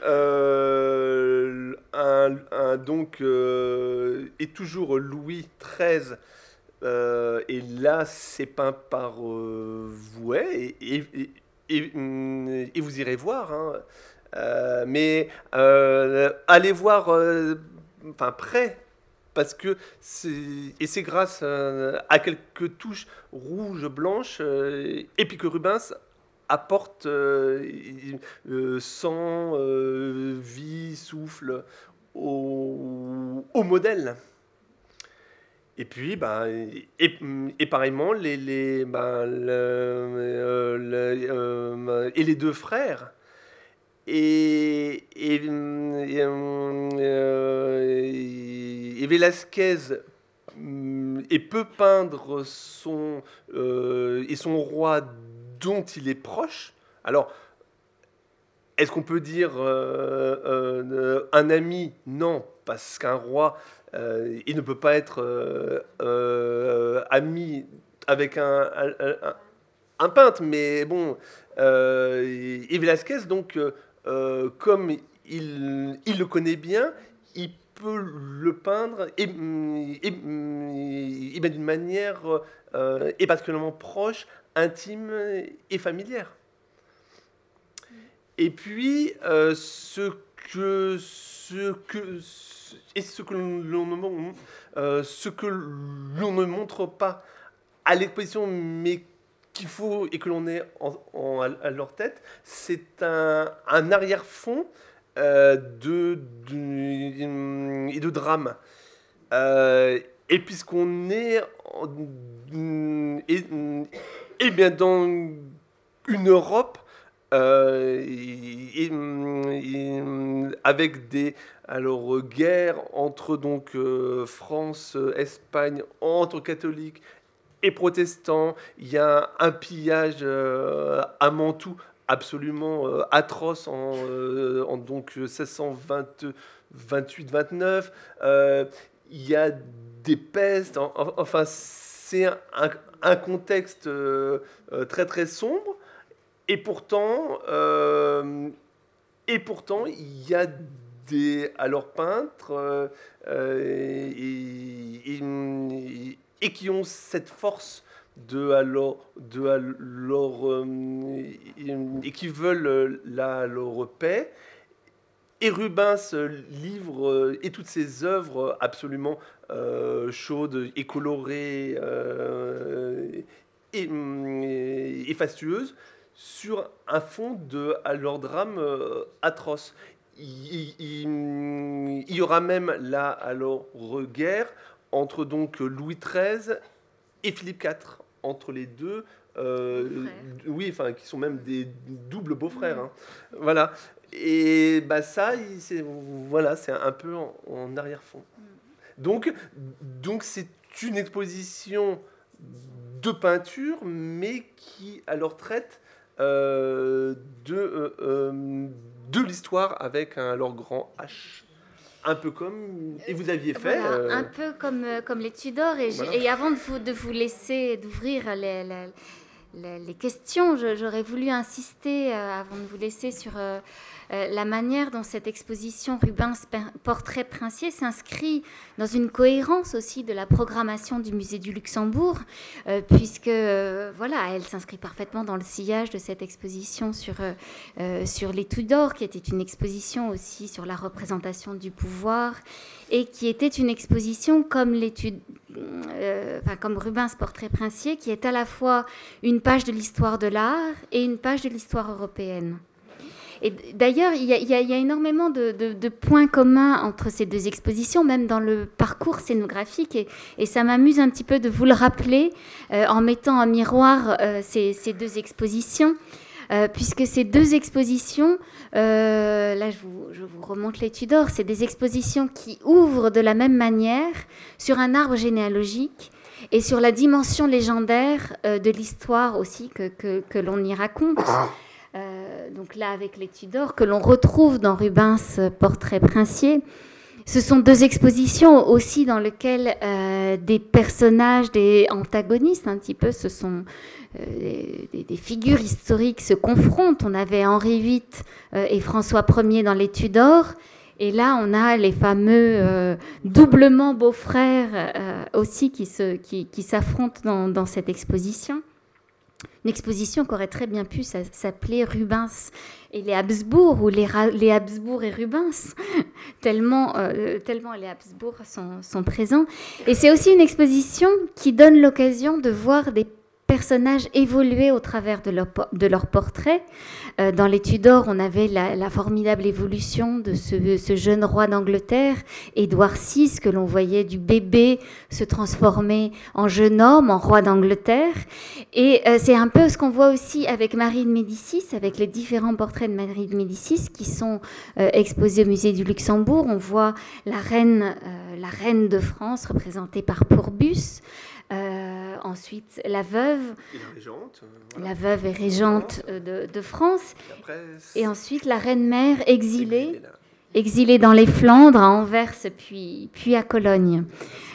[SPEAKER 3] euh, un, un, donc euh, et toujours Louis treize, euh, et là c'est peint par euh, Vouet, et, et, et, et, et vous irez voir. Hein. Euh, mais euh, allez voir, euh, enfin près. Parce que c'est, et c'est grâce euh, à quelques touches rouges, blanches, euh, et puis que Rubens apporte euh, euh, sang, euh, vie, souffle au, au modèle. Et puis, bah, et, et pareillement, les, les, bah, le, euh, le, euh, et les deux frères. Et, et, et, euh, et Velázquez et peut peindre son, euh, et son roi dont il est proche. Alors, est-ce qu'on peut dire euh, euh, un ami? Non, parce qu'un roi, euh, il ne peut pas être euh, euh, ami avec un, un, un, un peintre. Mais bon, euh, et Velázquez, donc, euh, comme il, il le connaît bien, il peut le peindre et, et, et, et d'une manière euh, et particulièrement proche, intime et familière. Et puis, euh, ce, que, ce, que, et ce que l'on euh, ce que l'on ne montre pas à l'exposition, mais qu'il faut et que l'on est en, en, à leur tête, c'est un, un arrière-fond euh, de, de, et de drame. Euh, et puisqu'on est en, et, et bien dans une Europe euh, et, et, avec des alors guerres entre donc euh, France, Espagne, entre catholiques et protestants, il y a un pillage euh, à Mantoue absolument euh, atroce en, euh, en donc seize cent vingt-huit vingt-neuf. Euh, il y a des pestes, en, en, enfin c'est un, un contexte euh, très très sombre. Et pourtant, euh, et pourtant, il y a des alors peintres euh, euh, et, et, et qui ont cette force de alors de alors euh, et qui veulent la alors paix. Et Rubens livre euh, et toutes ses œuvres absolument euh, chaudes et colorées euh, et, et, et fastueuses sur un fond de alors drame euh, atroce. Il, il, il y aura même là alors guerre entre donc Louis treize et Philippe quatre, entre les deux, euh, oui, enfin qui sont même des doubles beaux-frères. Hein. Voilà. Et bah ça, c'est voilà, c'est un peu en, en arrière-fond. Donc, donc c'est une exposition de peinture, mais qui alors traite euh, de euh, euh, de l'histoire avec un alors grand H. Un peu comme et vous aviez fait
[SPEAKER 2] voilà,
[SPEAKER 3] euh...
[SPEAKER 2] un peu comme comme les Tudors et, voilà. Et avant de vous de vous laisser d'ouvrir les, les, les, les questions, je, j'aurais voulu insister euh, avant de vous laisser sur euh, euh, la manière dont cette exposition Rubens Portrait Princier s'inscrit dans une cohérence aussi de la programmation du Musée du Luxembourg, euh, puisque euh, voilà, elle s'inscrit parfaitement dans le sillage de cette exposition sur, euh, sur les Tudors, qui était une exposition aussi sur la représentation du pouvoir, et qui était une exposition comme, l'étude, euh, enfin, comme Rubens Portrait Princier, qui est à la fois une page de l'histoire de l'art et une page de l'histoire européenne. Et d'ailleurs, il y a, il y a, il y a énormément de, de, de points communs entre ces deux expositions, même dans le parcours scénographique. Et, et ça m'amuse un petit peu de vous le rappeler euh, en mettant en miroir euh, ces, ces deux expositions. Euh, puisque ces deux expositions, euh, là je vous, je vous remonte les Tudors, c'est des expositions qui ouvrent de la même manière sur un arbre généalogique et sur la dimension légendaire euh, de l'histoire aussi que, que, que l'on y raconte. Euh, donc là avec les Tudors, que l'on retrouve dans Rubens Portrait Princier. Ce sont deux expositions aussi dans lesquelles euh, des personnages, des antagonistes un petit peu, ce sont euh, des, des figures historiques se confrontent. On avait Henri huit euh, et François Ier dans les Tudors, et là on a les fameux euh, doublement beaux-frères euh, aussi qui, se, qui, qui s'affrontent dans, dans cette exposition. Une exposition qui aurait très bien pu s'appeler Rubens et les Habsbourg, ou les, les Habsbourg et Rubens, tellement, euh, tellement les Habsbourg sont, sont présents. Et c'est aussi une exposition qui donne l'occasion de voir des personnages évoluer au travers de leur, de leur portrait. Euh, dans les Tudors, on avait la, la formidable évolution de ce, ce jeune roi d'Angleterre, Édouard six, que l'on voyait du bébé se transformer en jeune homme, en roi d'Angleterre. Et euh, c'est un peu ce qu'on voit aussi avec Marie de Médicis, avec les différents portraits de Marie de Médicis qui sont euh, exposés au musée du Luxembourg. On voit la reine, euh, la reine de France représentée par Pourbus. Euh, ensuite, la veuve,
[SPEAKER 3] et la, régente, euh, voilà.
[SPEAKER 2] la veuve et régente de, de France, et ensuite la reine-mère exilée, exilée dans les Flandres, à Anvers, puis, puis à Cologne.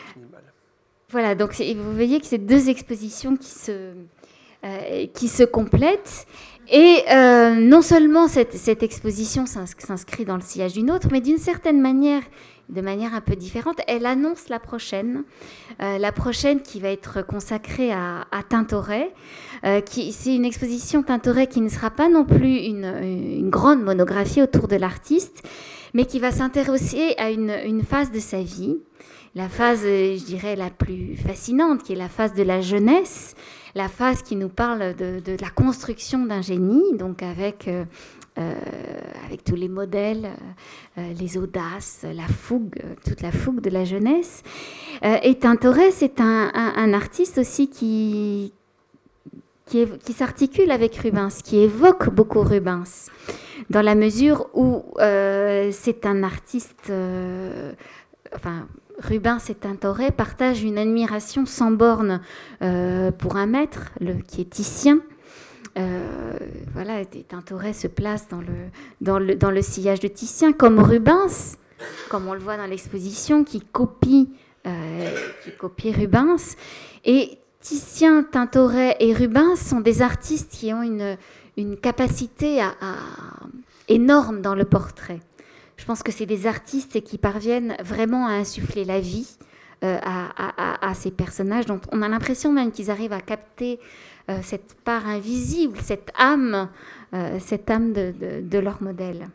[SPEAKER 2] Voilà, donc vous voyez que c'est deux expositions qui se, euh, qui se complètent. Et euh, non seulement cette, cette exposition s'inscrit dans le sillage d'une autre, mais d'une certaine manière, de manière un peu différente, elle annonce la prochaine, euh, la prochaine qui va être consacrée à, à Tintoret. Euh, qui, c'est une exposition Tintoret qui ne sera pas non plus une, une grande monographie autour de l'artiste, mais qui va s'intéresser à une, une phase de sa vie, la phase, je dirais, la plus fascinante, qui est la phase de la jeunesse, la phase qui nous parle de, de la construction d'un génie, donc avec, euh, euh, avec tous les modèles, euh, les audaces, la fougue, toute la fougue de la jeunesse. Euh, et Tintoret, c'est un, un, un artiste aussi qui, qui, est, qui s'articule avec Rubens, qui évoque beaucoup Rubens, dans la mesure où euh, c'est un artiste... Euh, enfin, Rubens et Tintoret partagent une admiration sans borne euh, pour un maître, le, qui est Titien. Euh, voilà, Tintoret se place dans le, dans, le, dans le sillage de Titien, comme Rubens, comme on le voit dans l'exposition, qui copie, euh, qui copie Rubens. Et Titien, Tintoret et Rubens sont des artistes qui ont une, une capacité à, à, énorme dans le portrait. Je pense que c'est des artistes qui parviennent vraiment à insuffler la vie euh, à, à, à ces personnages. Donc on a l'impression même qu'ils arrivent à capter euh, cette part invisible, cette âme, euh, cette âme de, de, de leur modèle.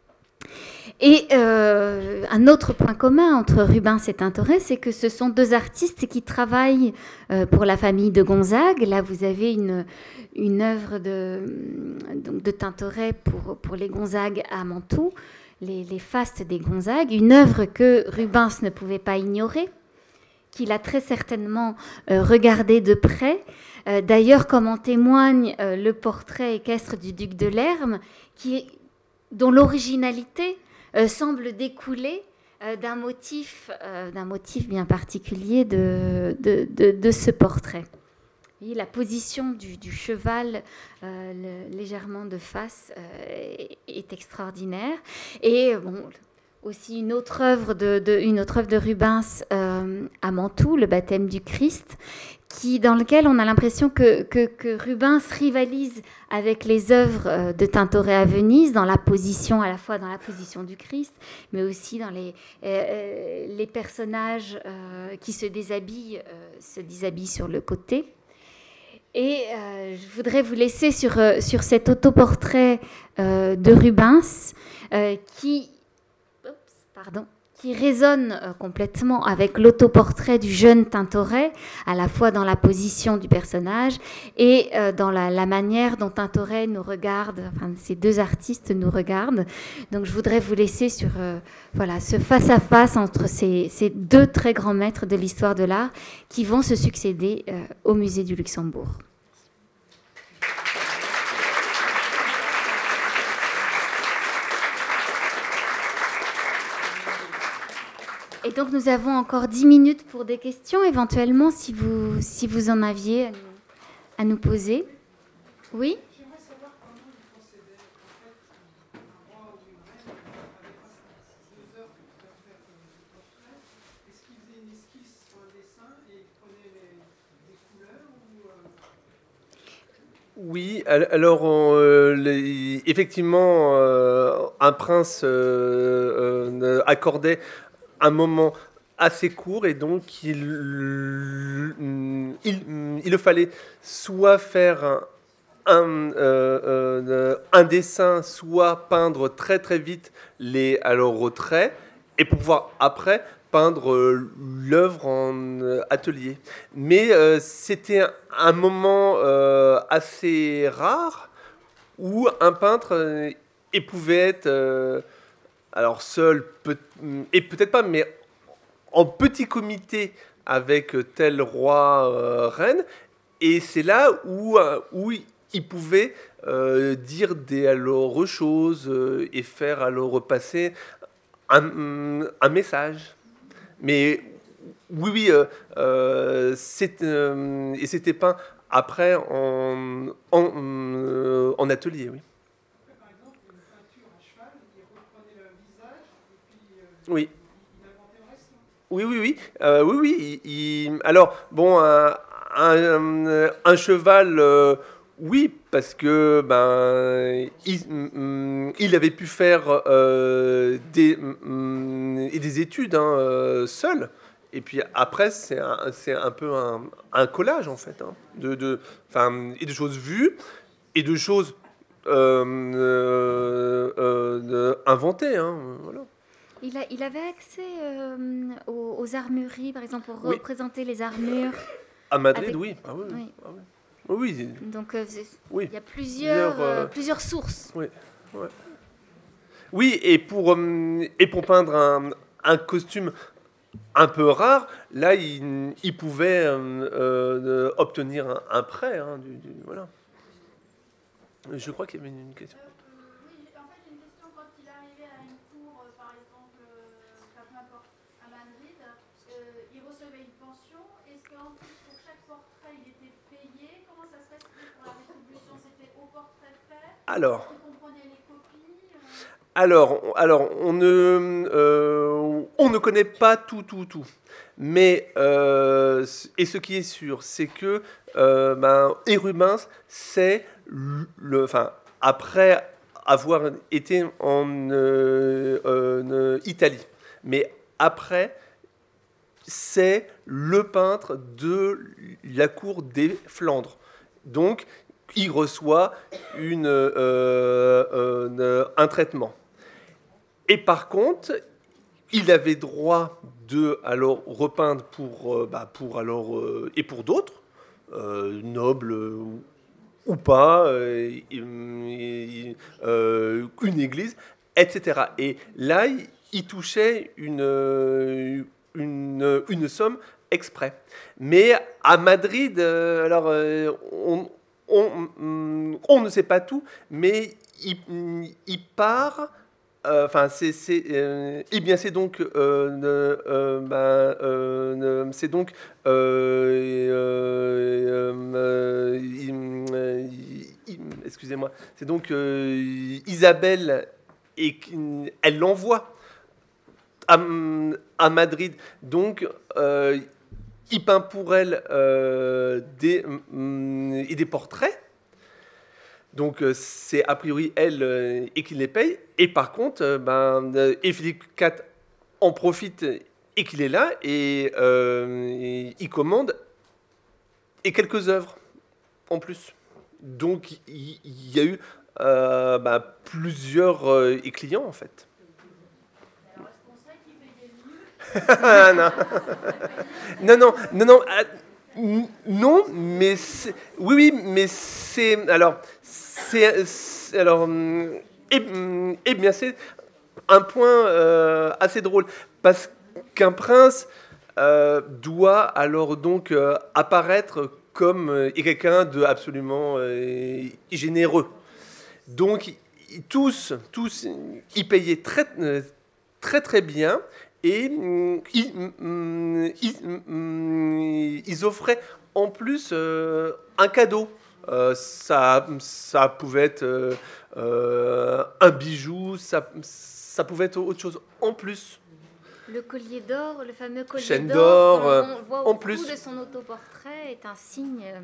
[SPEAKER 2] Et euh, un autre point commun entre Rubens et Tintoret, c'est que ce sont deux artistes qui travaillent euh, pour la famille de Gonzague. Là, vous avez une, une œuvre de, donc de Tintoret pour, pour les Gonzague à Mantoue. Les, les fastes des Gonzague, une œuvre que Rubens ne pouvait pas ignorer, qu'il a très certainement euh, regardé de près. Euh, d'ailleurs, comme en témoigne euh, le portrait équestre du duc de Lerme, qui est, dont l'originalité euh, semble découler euh, d'un motif, euh, d'un motif bien particulier de, de, de, de ce portrait. Oui, la position du, du cheval euh, le, légèrement de face euh, est, est extraordinaire. Et bon, aussi une autre œuvre de, de, une autre œuvre de Rubens euh, à Mantoue, le baptême du Christ, qui, dans lequel on a l'impression que, que, que Rubens rivalise avec les œuvres de Tintoret à Venise, dans la position, à la fois dans la position du Christ, mais aussi dans les, euh, les personnages euh, qui se déshabillent, euh, se déshabillent sur le côté. Et euh, je voudrais vous laisser sur, euh, sur cet autoportrait euh, de Rubens euh, qui, oops, pardon, qui résonne euh, complètement avec l'autoportrait du jeune Tintoret, à la fois dans la position du personnage et euh, dans la, la manière dont Tintoret nous regarde, enfin ces deux artistes nous regardent. Donc je voudrais vous laisser sur euh, voilà, ce face-à-face entre ces, ces deux très grands maîtres de l'histoire de l'art qui vont se succéder euh, au Musée du Luxembourg. Et donc nous avons encore dix minutes pour des questions, éventuellement, si vous, si vous en aviez à nous, à nous poser. Oui ?
[SPEAKER 4] J'aimerais savoir comment il procédait. En fait, un roi ou une reine avait deux heures pour faire faire le portrait. Est-ce qu'il faisait une esquisse sur un dessin et il prenait les, des couleurs ou euh...
[SPEAKER 3] Oui, alors euh, les, effectivement, euh, un prince euh, euh, accordait un moment assez court et donc il, il, il fallait soit faire un, un, euh, euh, un dessin, soit peindre très très vite les alors retraits et pour pouvoir après peindre l'œuvre en atelier. Mais euh, c'était un, un moment euh, assez rare où un peintre euh, pouvait être euh, alors seul, peut, et peut-être pas, mais en petit comité avec tel roi, euh, reine, et c'est là où, euh, où il pouvait euh, dire des alors choses euh, et faire alors passer un, un message. Mais oui, oui, euh, euh, c'est, euh, et c'était peint après en, en, euh, en atelier, oui. Oui. Oui, oui, oui. Euh, oui, oui. Il, il... Alors, bon, un, un, un cheval, euh, oui, parce que ben, il, il avait pu faire euh, des, des études hein, euh, seul. Et puis après, c'est un, c'est un peu un, un collage, en fait, hein, de, de, et de choses vues et de choses euh, euh, euh, inventé. Hein, voilà.
[SPEAKER 2] Il, a, il avait accès euh, aux, aux armureries, par exemple, pour
[SPEAKER 3] Oui.
[SPEAKER 2] représenter les armures.
[SPEAKER 3] À Madrid,
[SPEAKER 2] Avec-
[SPEAKER 3] oui. Ah oui.
[SPEAKER 2] Oui.
[SPEAKER 3] Ah oui. Oui, oui.
[SPEAKER 2] Donc, euh, c'est-
[SPEAKER 3] Oui.
[SPEAKER 2] il y a plusieurs,
[SPEAKER 3] Plusieurs, euh,
[SPEAKER 2] euh, plusieurs sources.
[SPEAKER 3] Oui, ouais. Oui, et pour, euh, et pour peindre un, un costume un peu rare, là, il, il pouvait euh, euh, obtenir un, un prêt. Hein, du, du- voilà. Je crois qu'il y avait une, une question.
[SPEAKER 5] Euh, euh, oui, j'ai- en fait, j'ai une question. Quand il arrivait à une cour, euh, par exemple, euh, enfin, peu importe, à Madrid, euh, il recevait une pension. Est-ce qu'en plus, pour chaque portrait, il était payé? Comment ça se passait pour la rétribution? C'était au portrait fait?
[SPEAKER 3] Alors,
[SPEAKER 5] Est-ce que vous comprenez les copies? euh,
[SPEAKER 3] alors, on- alors on, ne, euh, on ne connaît pas tout, tout, tout. Mais, euh, et ce qui est sûr, c'est que euh, ben, et Rubens, c'est le, enfin, après avoir été en euh, euh, Italie, mais après, c'est le peintre de la cour des Flandres. Donc, il reçoit une, euh, euh, un traitement. Et par contre, il avait droit de alors repeindre pour, euh, bah, pour alors euh, et pour d'autres euh, nobles euh, ou, ou pas, euh, et- et- euh, une église, et cetera. Et là, il, il touchait une, euh, une une somme exprès. Mais à Madrid, euh, alors euh, on, on, on ne sait pas tout, mais il, il part. euh, Enfin, c'est, c'est, euh, eh bien, c'est donc, euh, ne- euh, ben, euh, ne- c'est donc, euh, euh, euh, il- euh, il- excusez-moi, c'est donc euh, Isabelle et qui- elle l'envoie à, à Madrid. Donc, euh, il peint pour elle euh, des, mm, et des portraits. Donc euh, c'est a priori elle euh, et qui les paye. Et par contre, euh, ben, euh, et Philippe quatre en profite et qu'il est là et, euh, et il commande et quelques œuvres en plus. Donc il il y, a eu euh, ben, plusieurs euh, clients en fait.
[SPEAKER 5] Alors, est-ce qu'on sait qui payait le mieux?
[SPEAKER 3] Ah, non. non, non, non, non, ah, n- non, mais c'est, oui, oui, mais c'est, alors, c'est, c'est- alors, hum, et, hum, eh bien, c'est un point euh, assez drôle parce qu'un prince euh, doit alors donc euh, apparaître comme euh, et quelqu'un de absolument euh, généreux. Donc, i- tous, tous, ils payaient très, euh, très, très bien. Et mm, ils, mm, ils, mm, ils offraient en plus euh, un cadeau. Euh, ça, ça pouvait être euh, euh, un bijou, ça, ça pouvait être autre chose en plus.
[SPEAKER 2] Le collier d'or, le fameux collier
[SPEAKER 3] Chaîne
[SPEAKER 2] d'or,
[SPEAKER 3] d'or, euh,
[SPEAKER 2] qu'on voit
[SPEAKER 3] en
[SPEAKER 2] au
[SPEAKER 3] plus.
[SPEAKER 2] bout de son autoportrait, est un signe. euh,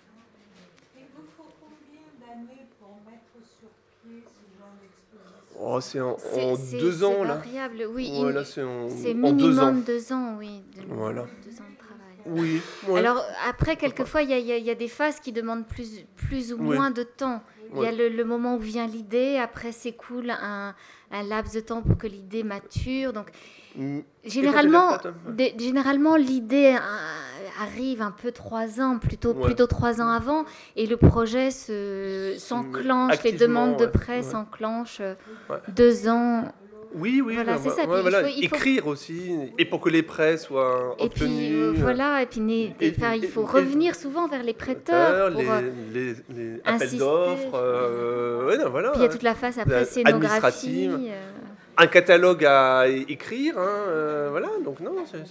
[SPEAKER 6] Il vous faut combien d'années pour mettre sur pied ce genre d'exposition?
[SPEAKER 3] Oh, c'est en,
[SPEAKER 2] C'est-
[SPEAKER 3] en
[SPEAKER 2] c'est-
[SPEAKER 3] deux ans,
[SPEAKER 2] c'est
[SPEAKER 3] là.
[SPEAKER 2] variable, oui.
[SPEAKER 3] Ouais,
[SPEAKER 2] il-
[SPEAKER 3] là, c'est en,
[SPEAKER 2] c'est
[SPEAKER 3] en deux ans.
[SPEAKER 2] minimum deux ans, oui. de-
[SPEAKER 3] Voilà.
[SPEAKER 2] Deux ans de travail.
[SPEAKER 3] Oui. ouais.
[SPEAKER 2] Alors après, quelquefois, il y, a- il y a- il y a des phases qui demandent plus, plus ou
[SPEAKER 3] Oui.
[SPEAKER 2] moins de temps. Il y a
[SPEAKER 3] Ouais.
[SPEAKER 2] le, le moment où vient l'idée, après s'écoule un, un laps de temps pour que l'idée mature. Donc
[SPEAKER 3] Mm.
[SPEAKER 2] généralement,
[SPEAKER 3] Et quand elle est prête,
[SPEAKER 2] des- généralement l'idée euh, arrive un peu trois ans, plutôt,
[SPEAKER 3] Ouais.
[SPEAKER 2] plutôt trois ans avant, et le projet se, s'enclenche, les
[SPEAKER 3] activement,
[SPEAKER 2] demandes de
[SPEAKER 3] ouais,
[SPEAKER 2] prêt
[SPEAKER 3] ouais.
[SPEAKER 2] s'enclenchent euh,
[SPEAKER 3] Ouais.
[SPEAKER 2] deux ans.
[SPEAKER 3] Oui, oui,
[SPEAKER 2] Voilà,
[SPEAKER 3] ben,
[SPEAKER 2] c'est ça.
[SPEAKER 3] ouais,
[SPEAKER 2] Puis il
[SPEAKER 3] voilà.
[SPEAKER 2] faut- il faut-
[SPEAKER 3] Écrire aussi, et pour que les prêts soient
[SPEAKER 2] Et
[SPEAKER 3] obtenus.
[SPEAKER 2] puis euh, voilà, et puis né-
[SPEAKER 3] et-
[SPEAKER 2] enfin, il
[SPEAKER 3] et-
[SPEAKER 2] faut
[SPEAKER 3] et-
[SPEAKER 2] revenir souvent vers les prêteurs. Pour,
[SPEAKER 3] les,
[SPEAKER 2] euh,
[SPEAKER 3] les, les appels
[SPEAKER 2] insister.
[SPEAKER 3] d'offres, euh, ouais, non, voilà.
[SPEAKER 2] Puis il y a toute la phase après
[SPEAKER 3] La-
[SPEAKER 2] scénographie.
[SPEAKER 3] administrative.
[SPEAKER 2] euh,
[SPEAKER 3] Un catalogue à é- écrire, hein, euh, voilà, donc non, c'est... c'est-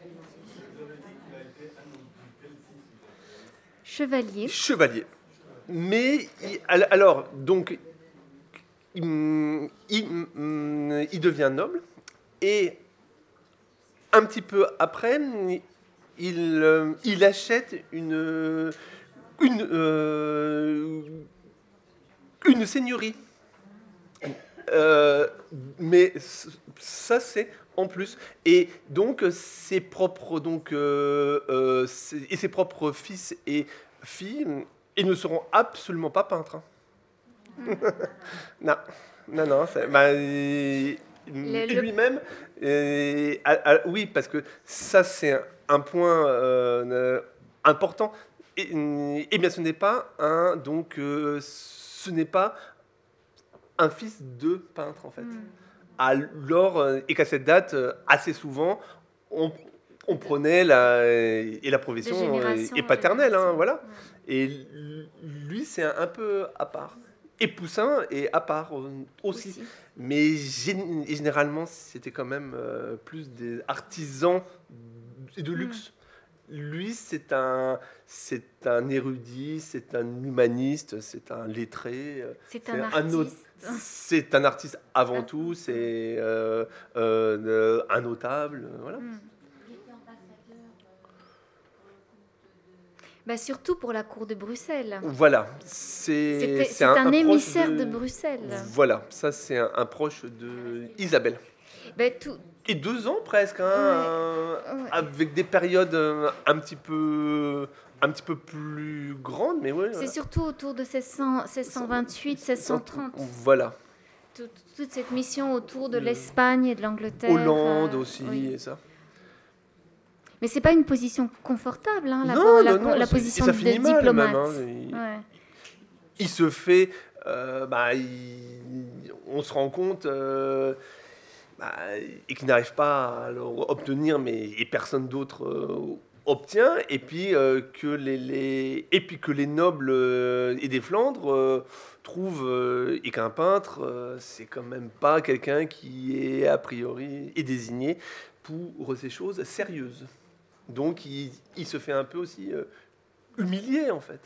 [SPEAKER 2] Chevalier.
[SPEAKER 3] Chevalier. Mais, il- al- alors, donc, il, il- il devient noble, et un petit peu après, il, euh, il achète une, une, euh, une seigneurie. Euh, mais c- ça, c'est en plus. Et donc, ses propres, donc, euh, euh, ses, et ses propres fils et filles, ils ne seront absolument pas peintres. Hein. Non, non, non. C'est, bah, le, lui-même, euh, ah, ah, oui, parce que ça, c'est un, un point euh, important. Et, et bien, ce n'est pas un, donc, euh, ce n'est pas un fils de peintre, en fait. Mm. Alors, et qu'à cette date, assez souvent, on, on prenait la, et la profession est paternelle, hein, voilà. Ouais. Et lui, c'est un, un peu à part. Et Poussin est à part aussi. aussi. Mais généralement, c'était quand même euh, plus des artisans de luxe. Mmh. Lui, c'est un, c'est un érudit, c'est un humaniste, c'est un lettré.
[SPEAKER 2] C'est un, un artiste.
[SPEAKER 3] Un, c'est un artiste avant ah. tout, c'est euh, euh, un notable, voilà. Mmh.
[SPEAKER 2] Bah surtout pour la cour de Bruxelles.
[SPEAKER 3] Voilà, c'est,
[SPEAKER 2] c'est,
[SPEAKER 3] c'est,
[SPEAKER 2] c'est
[SPEAKER 3] un,
[SPEAKER 2] un, un émissaire
[SPEAKER 3] de,
[SPEAKER 2] de Bruxelles.
[SPEAKER 3] Voilà, ça c'est un, un proche de Isabelle.
[SPEAKER 2] Bah, tout...
[SPEAKER 3] Et deux ans presque, hein, ouais. Ouais. Avec des périodes un petit peu, un petit peu plus grandes, mais ouais.
[SPEAKER 2] C'est
[SPEAKER 3] voilà.
[SPEAKER 2] Surtout autour de seize cent vingt-huit seize cent trente.
[SPEAKER 3] Voilà.
[SPEAKER 2] Tout, toute cette mission autour de l'Espagne et de l'Angleterre.
[SPEAKER 3] Hollande euh, aussi, oui. Et ça.
[SPEAKER 2] Mais c'est pas une position confortable, hein, la,
[SPEAKER 3] non,
[SPEAKER 2] la,
[SPEAKER 3] non, non,
[SPEAKER 2] la position
[SPEAKER 3] de
[SPEAKER 2] diplomate.
[SPEAKER 3] Même, hein. il, ouais. il se fait, euh, bah, il, on se rend compte, euh, bah, et qu'il n'arrive pas à l'obtenir, mais et personne d'autre euh, obtient, et puis euh, que les, les, et puis que les nobles euh, et des Flandres euh, trouvent, euh, et qu'un peintre, euh, c'est quand même pas quelqu'un qui est a priori est désigné pour ces choses sérieuses. Donc, il, il se fait un peu aussi euh, humilier, en fait.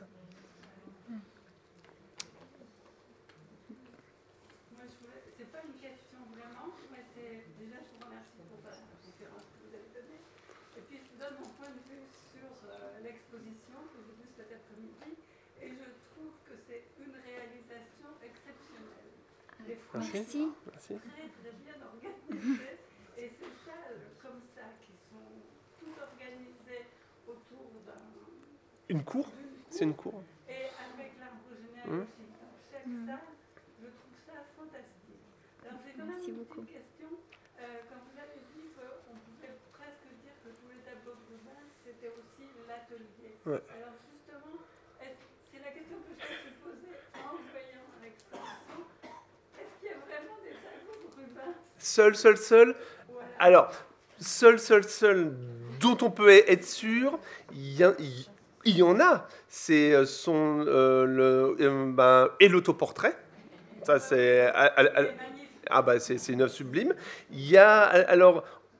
[SPEAKER 7] Moi, je voulais, c'est pas une question vraiment, mais c'est déjà, je vous remercie pour la conférence que vous avez donnée. Et puis, je vous donne mon point de vue sur euh, l'exposition que j'ai vue cet après-midi. Et je trouve que c'est une réalisation exceptionnelle. Les
[SPEAKER 2] Merci.
[SPEAKER 7] Très, très bien organisées. Et c'est ça, euh, comme ça, qui sont tout organisées autour d'un...
[SPEAKER 3] Une cour,
[SPEAKER 7] cour
[SPEAKER 3] c'est une cour.
[SPEAKER 7] Et avec l'arbre généalogique mmh. dans chaque mmh. salle, je trouve ça fantastique. Alors j'ai quand même
[SPEAKER 2] Merci
[SPEAKER 7] une
[SPEAKER 2] beaucoup.
[SPEAKER 7] petite question. Euh, quand vous avez dit qu'on pouvait presque dire que tous les tableaux de Rubens, c'était aussi l'atelier.
[SPEAKER 3] Ouais.
[SPEAKER 7] Alors justement, c'est la question que je me suis posée en voyant l'exposition. Est-ce qu'il y a vraiment des tableaux de Rubens ?
[SPEAKER 3] Seul, seul, seul. Voilà. Alors, seul, seul, seul, dont on peut être sûr, il y, y, y en a. C'est son euh, le euh, ben, et l'autoportrait. Ça c'est ah, ah, ah bah c'est, c'est une œuvre sublime. Il y a alors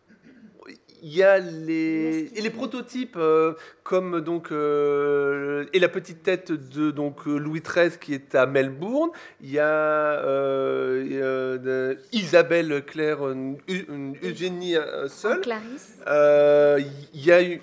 [SPEAKER 3] il y a les et les prototypes euh, comme donc euh, et la petite tête de donc Louis treize qui est à Melbourne. Il y a euh, euh, Isabelle Claire une, Eugénie seule.
[SPEAKER 2] Clarisse.
[SPEAKER 3] Euh, il y a une,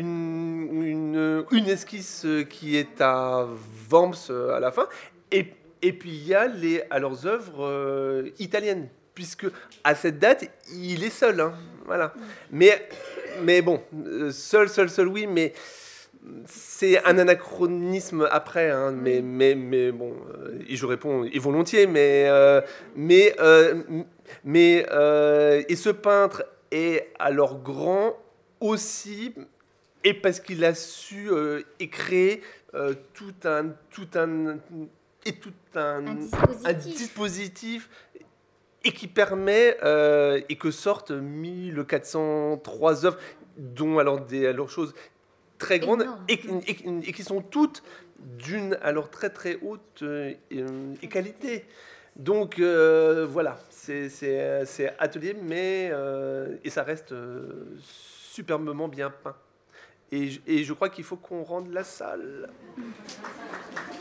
[SPEAKER 3] une une esquisse qui est à Worms à la fin et et puis il y a les à leurs œuvres euh, italiennes. Puisque à cette date, il est seul, hein, voilà. Mais, mais bon, seul, seul, seul, oui, mais c'est un anachronisme après, hein, mais, mais, mais bon, et je réponds et volontiers, mais, euh, mais, euh, mais euh, et ce peintre est alors grand aussi, et parce qu'il a su euh, et créer euh, tout un, tout un, et tout un,
[SPEAKER 2] un dispositif.
[SPEAKER 3] Un dispositif et qui permet, euh, et que sortent mille quatre cent trois œuvres, dont alors des alors, choses très grandes, et, et, et qui sont toutes d'une alors très très haute euh, et qualité. Donc euh, voilà, c'est, c'est, c'est atelier, mais euh, et ça reste euh, superbement bien peint. Et, et je crois qu'il faut qu'on rende la salle.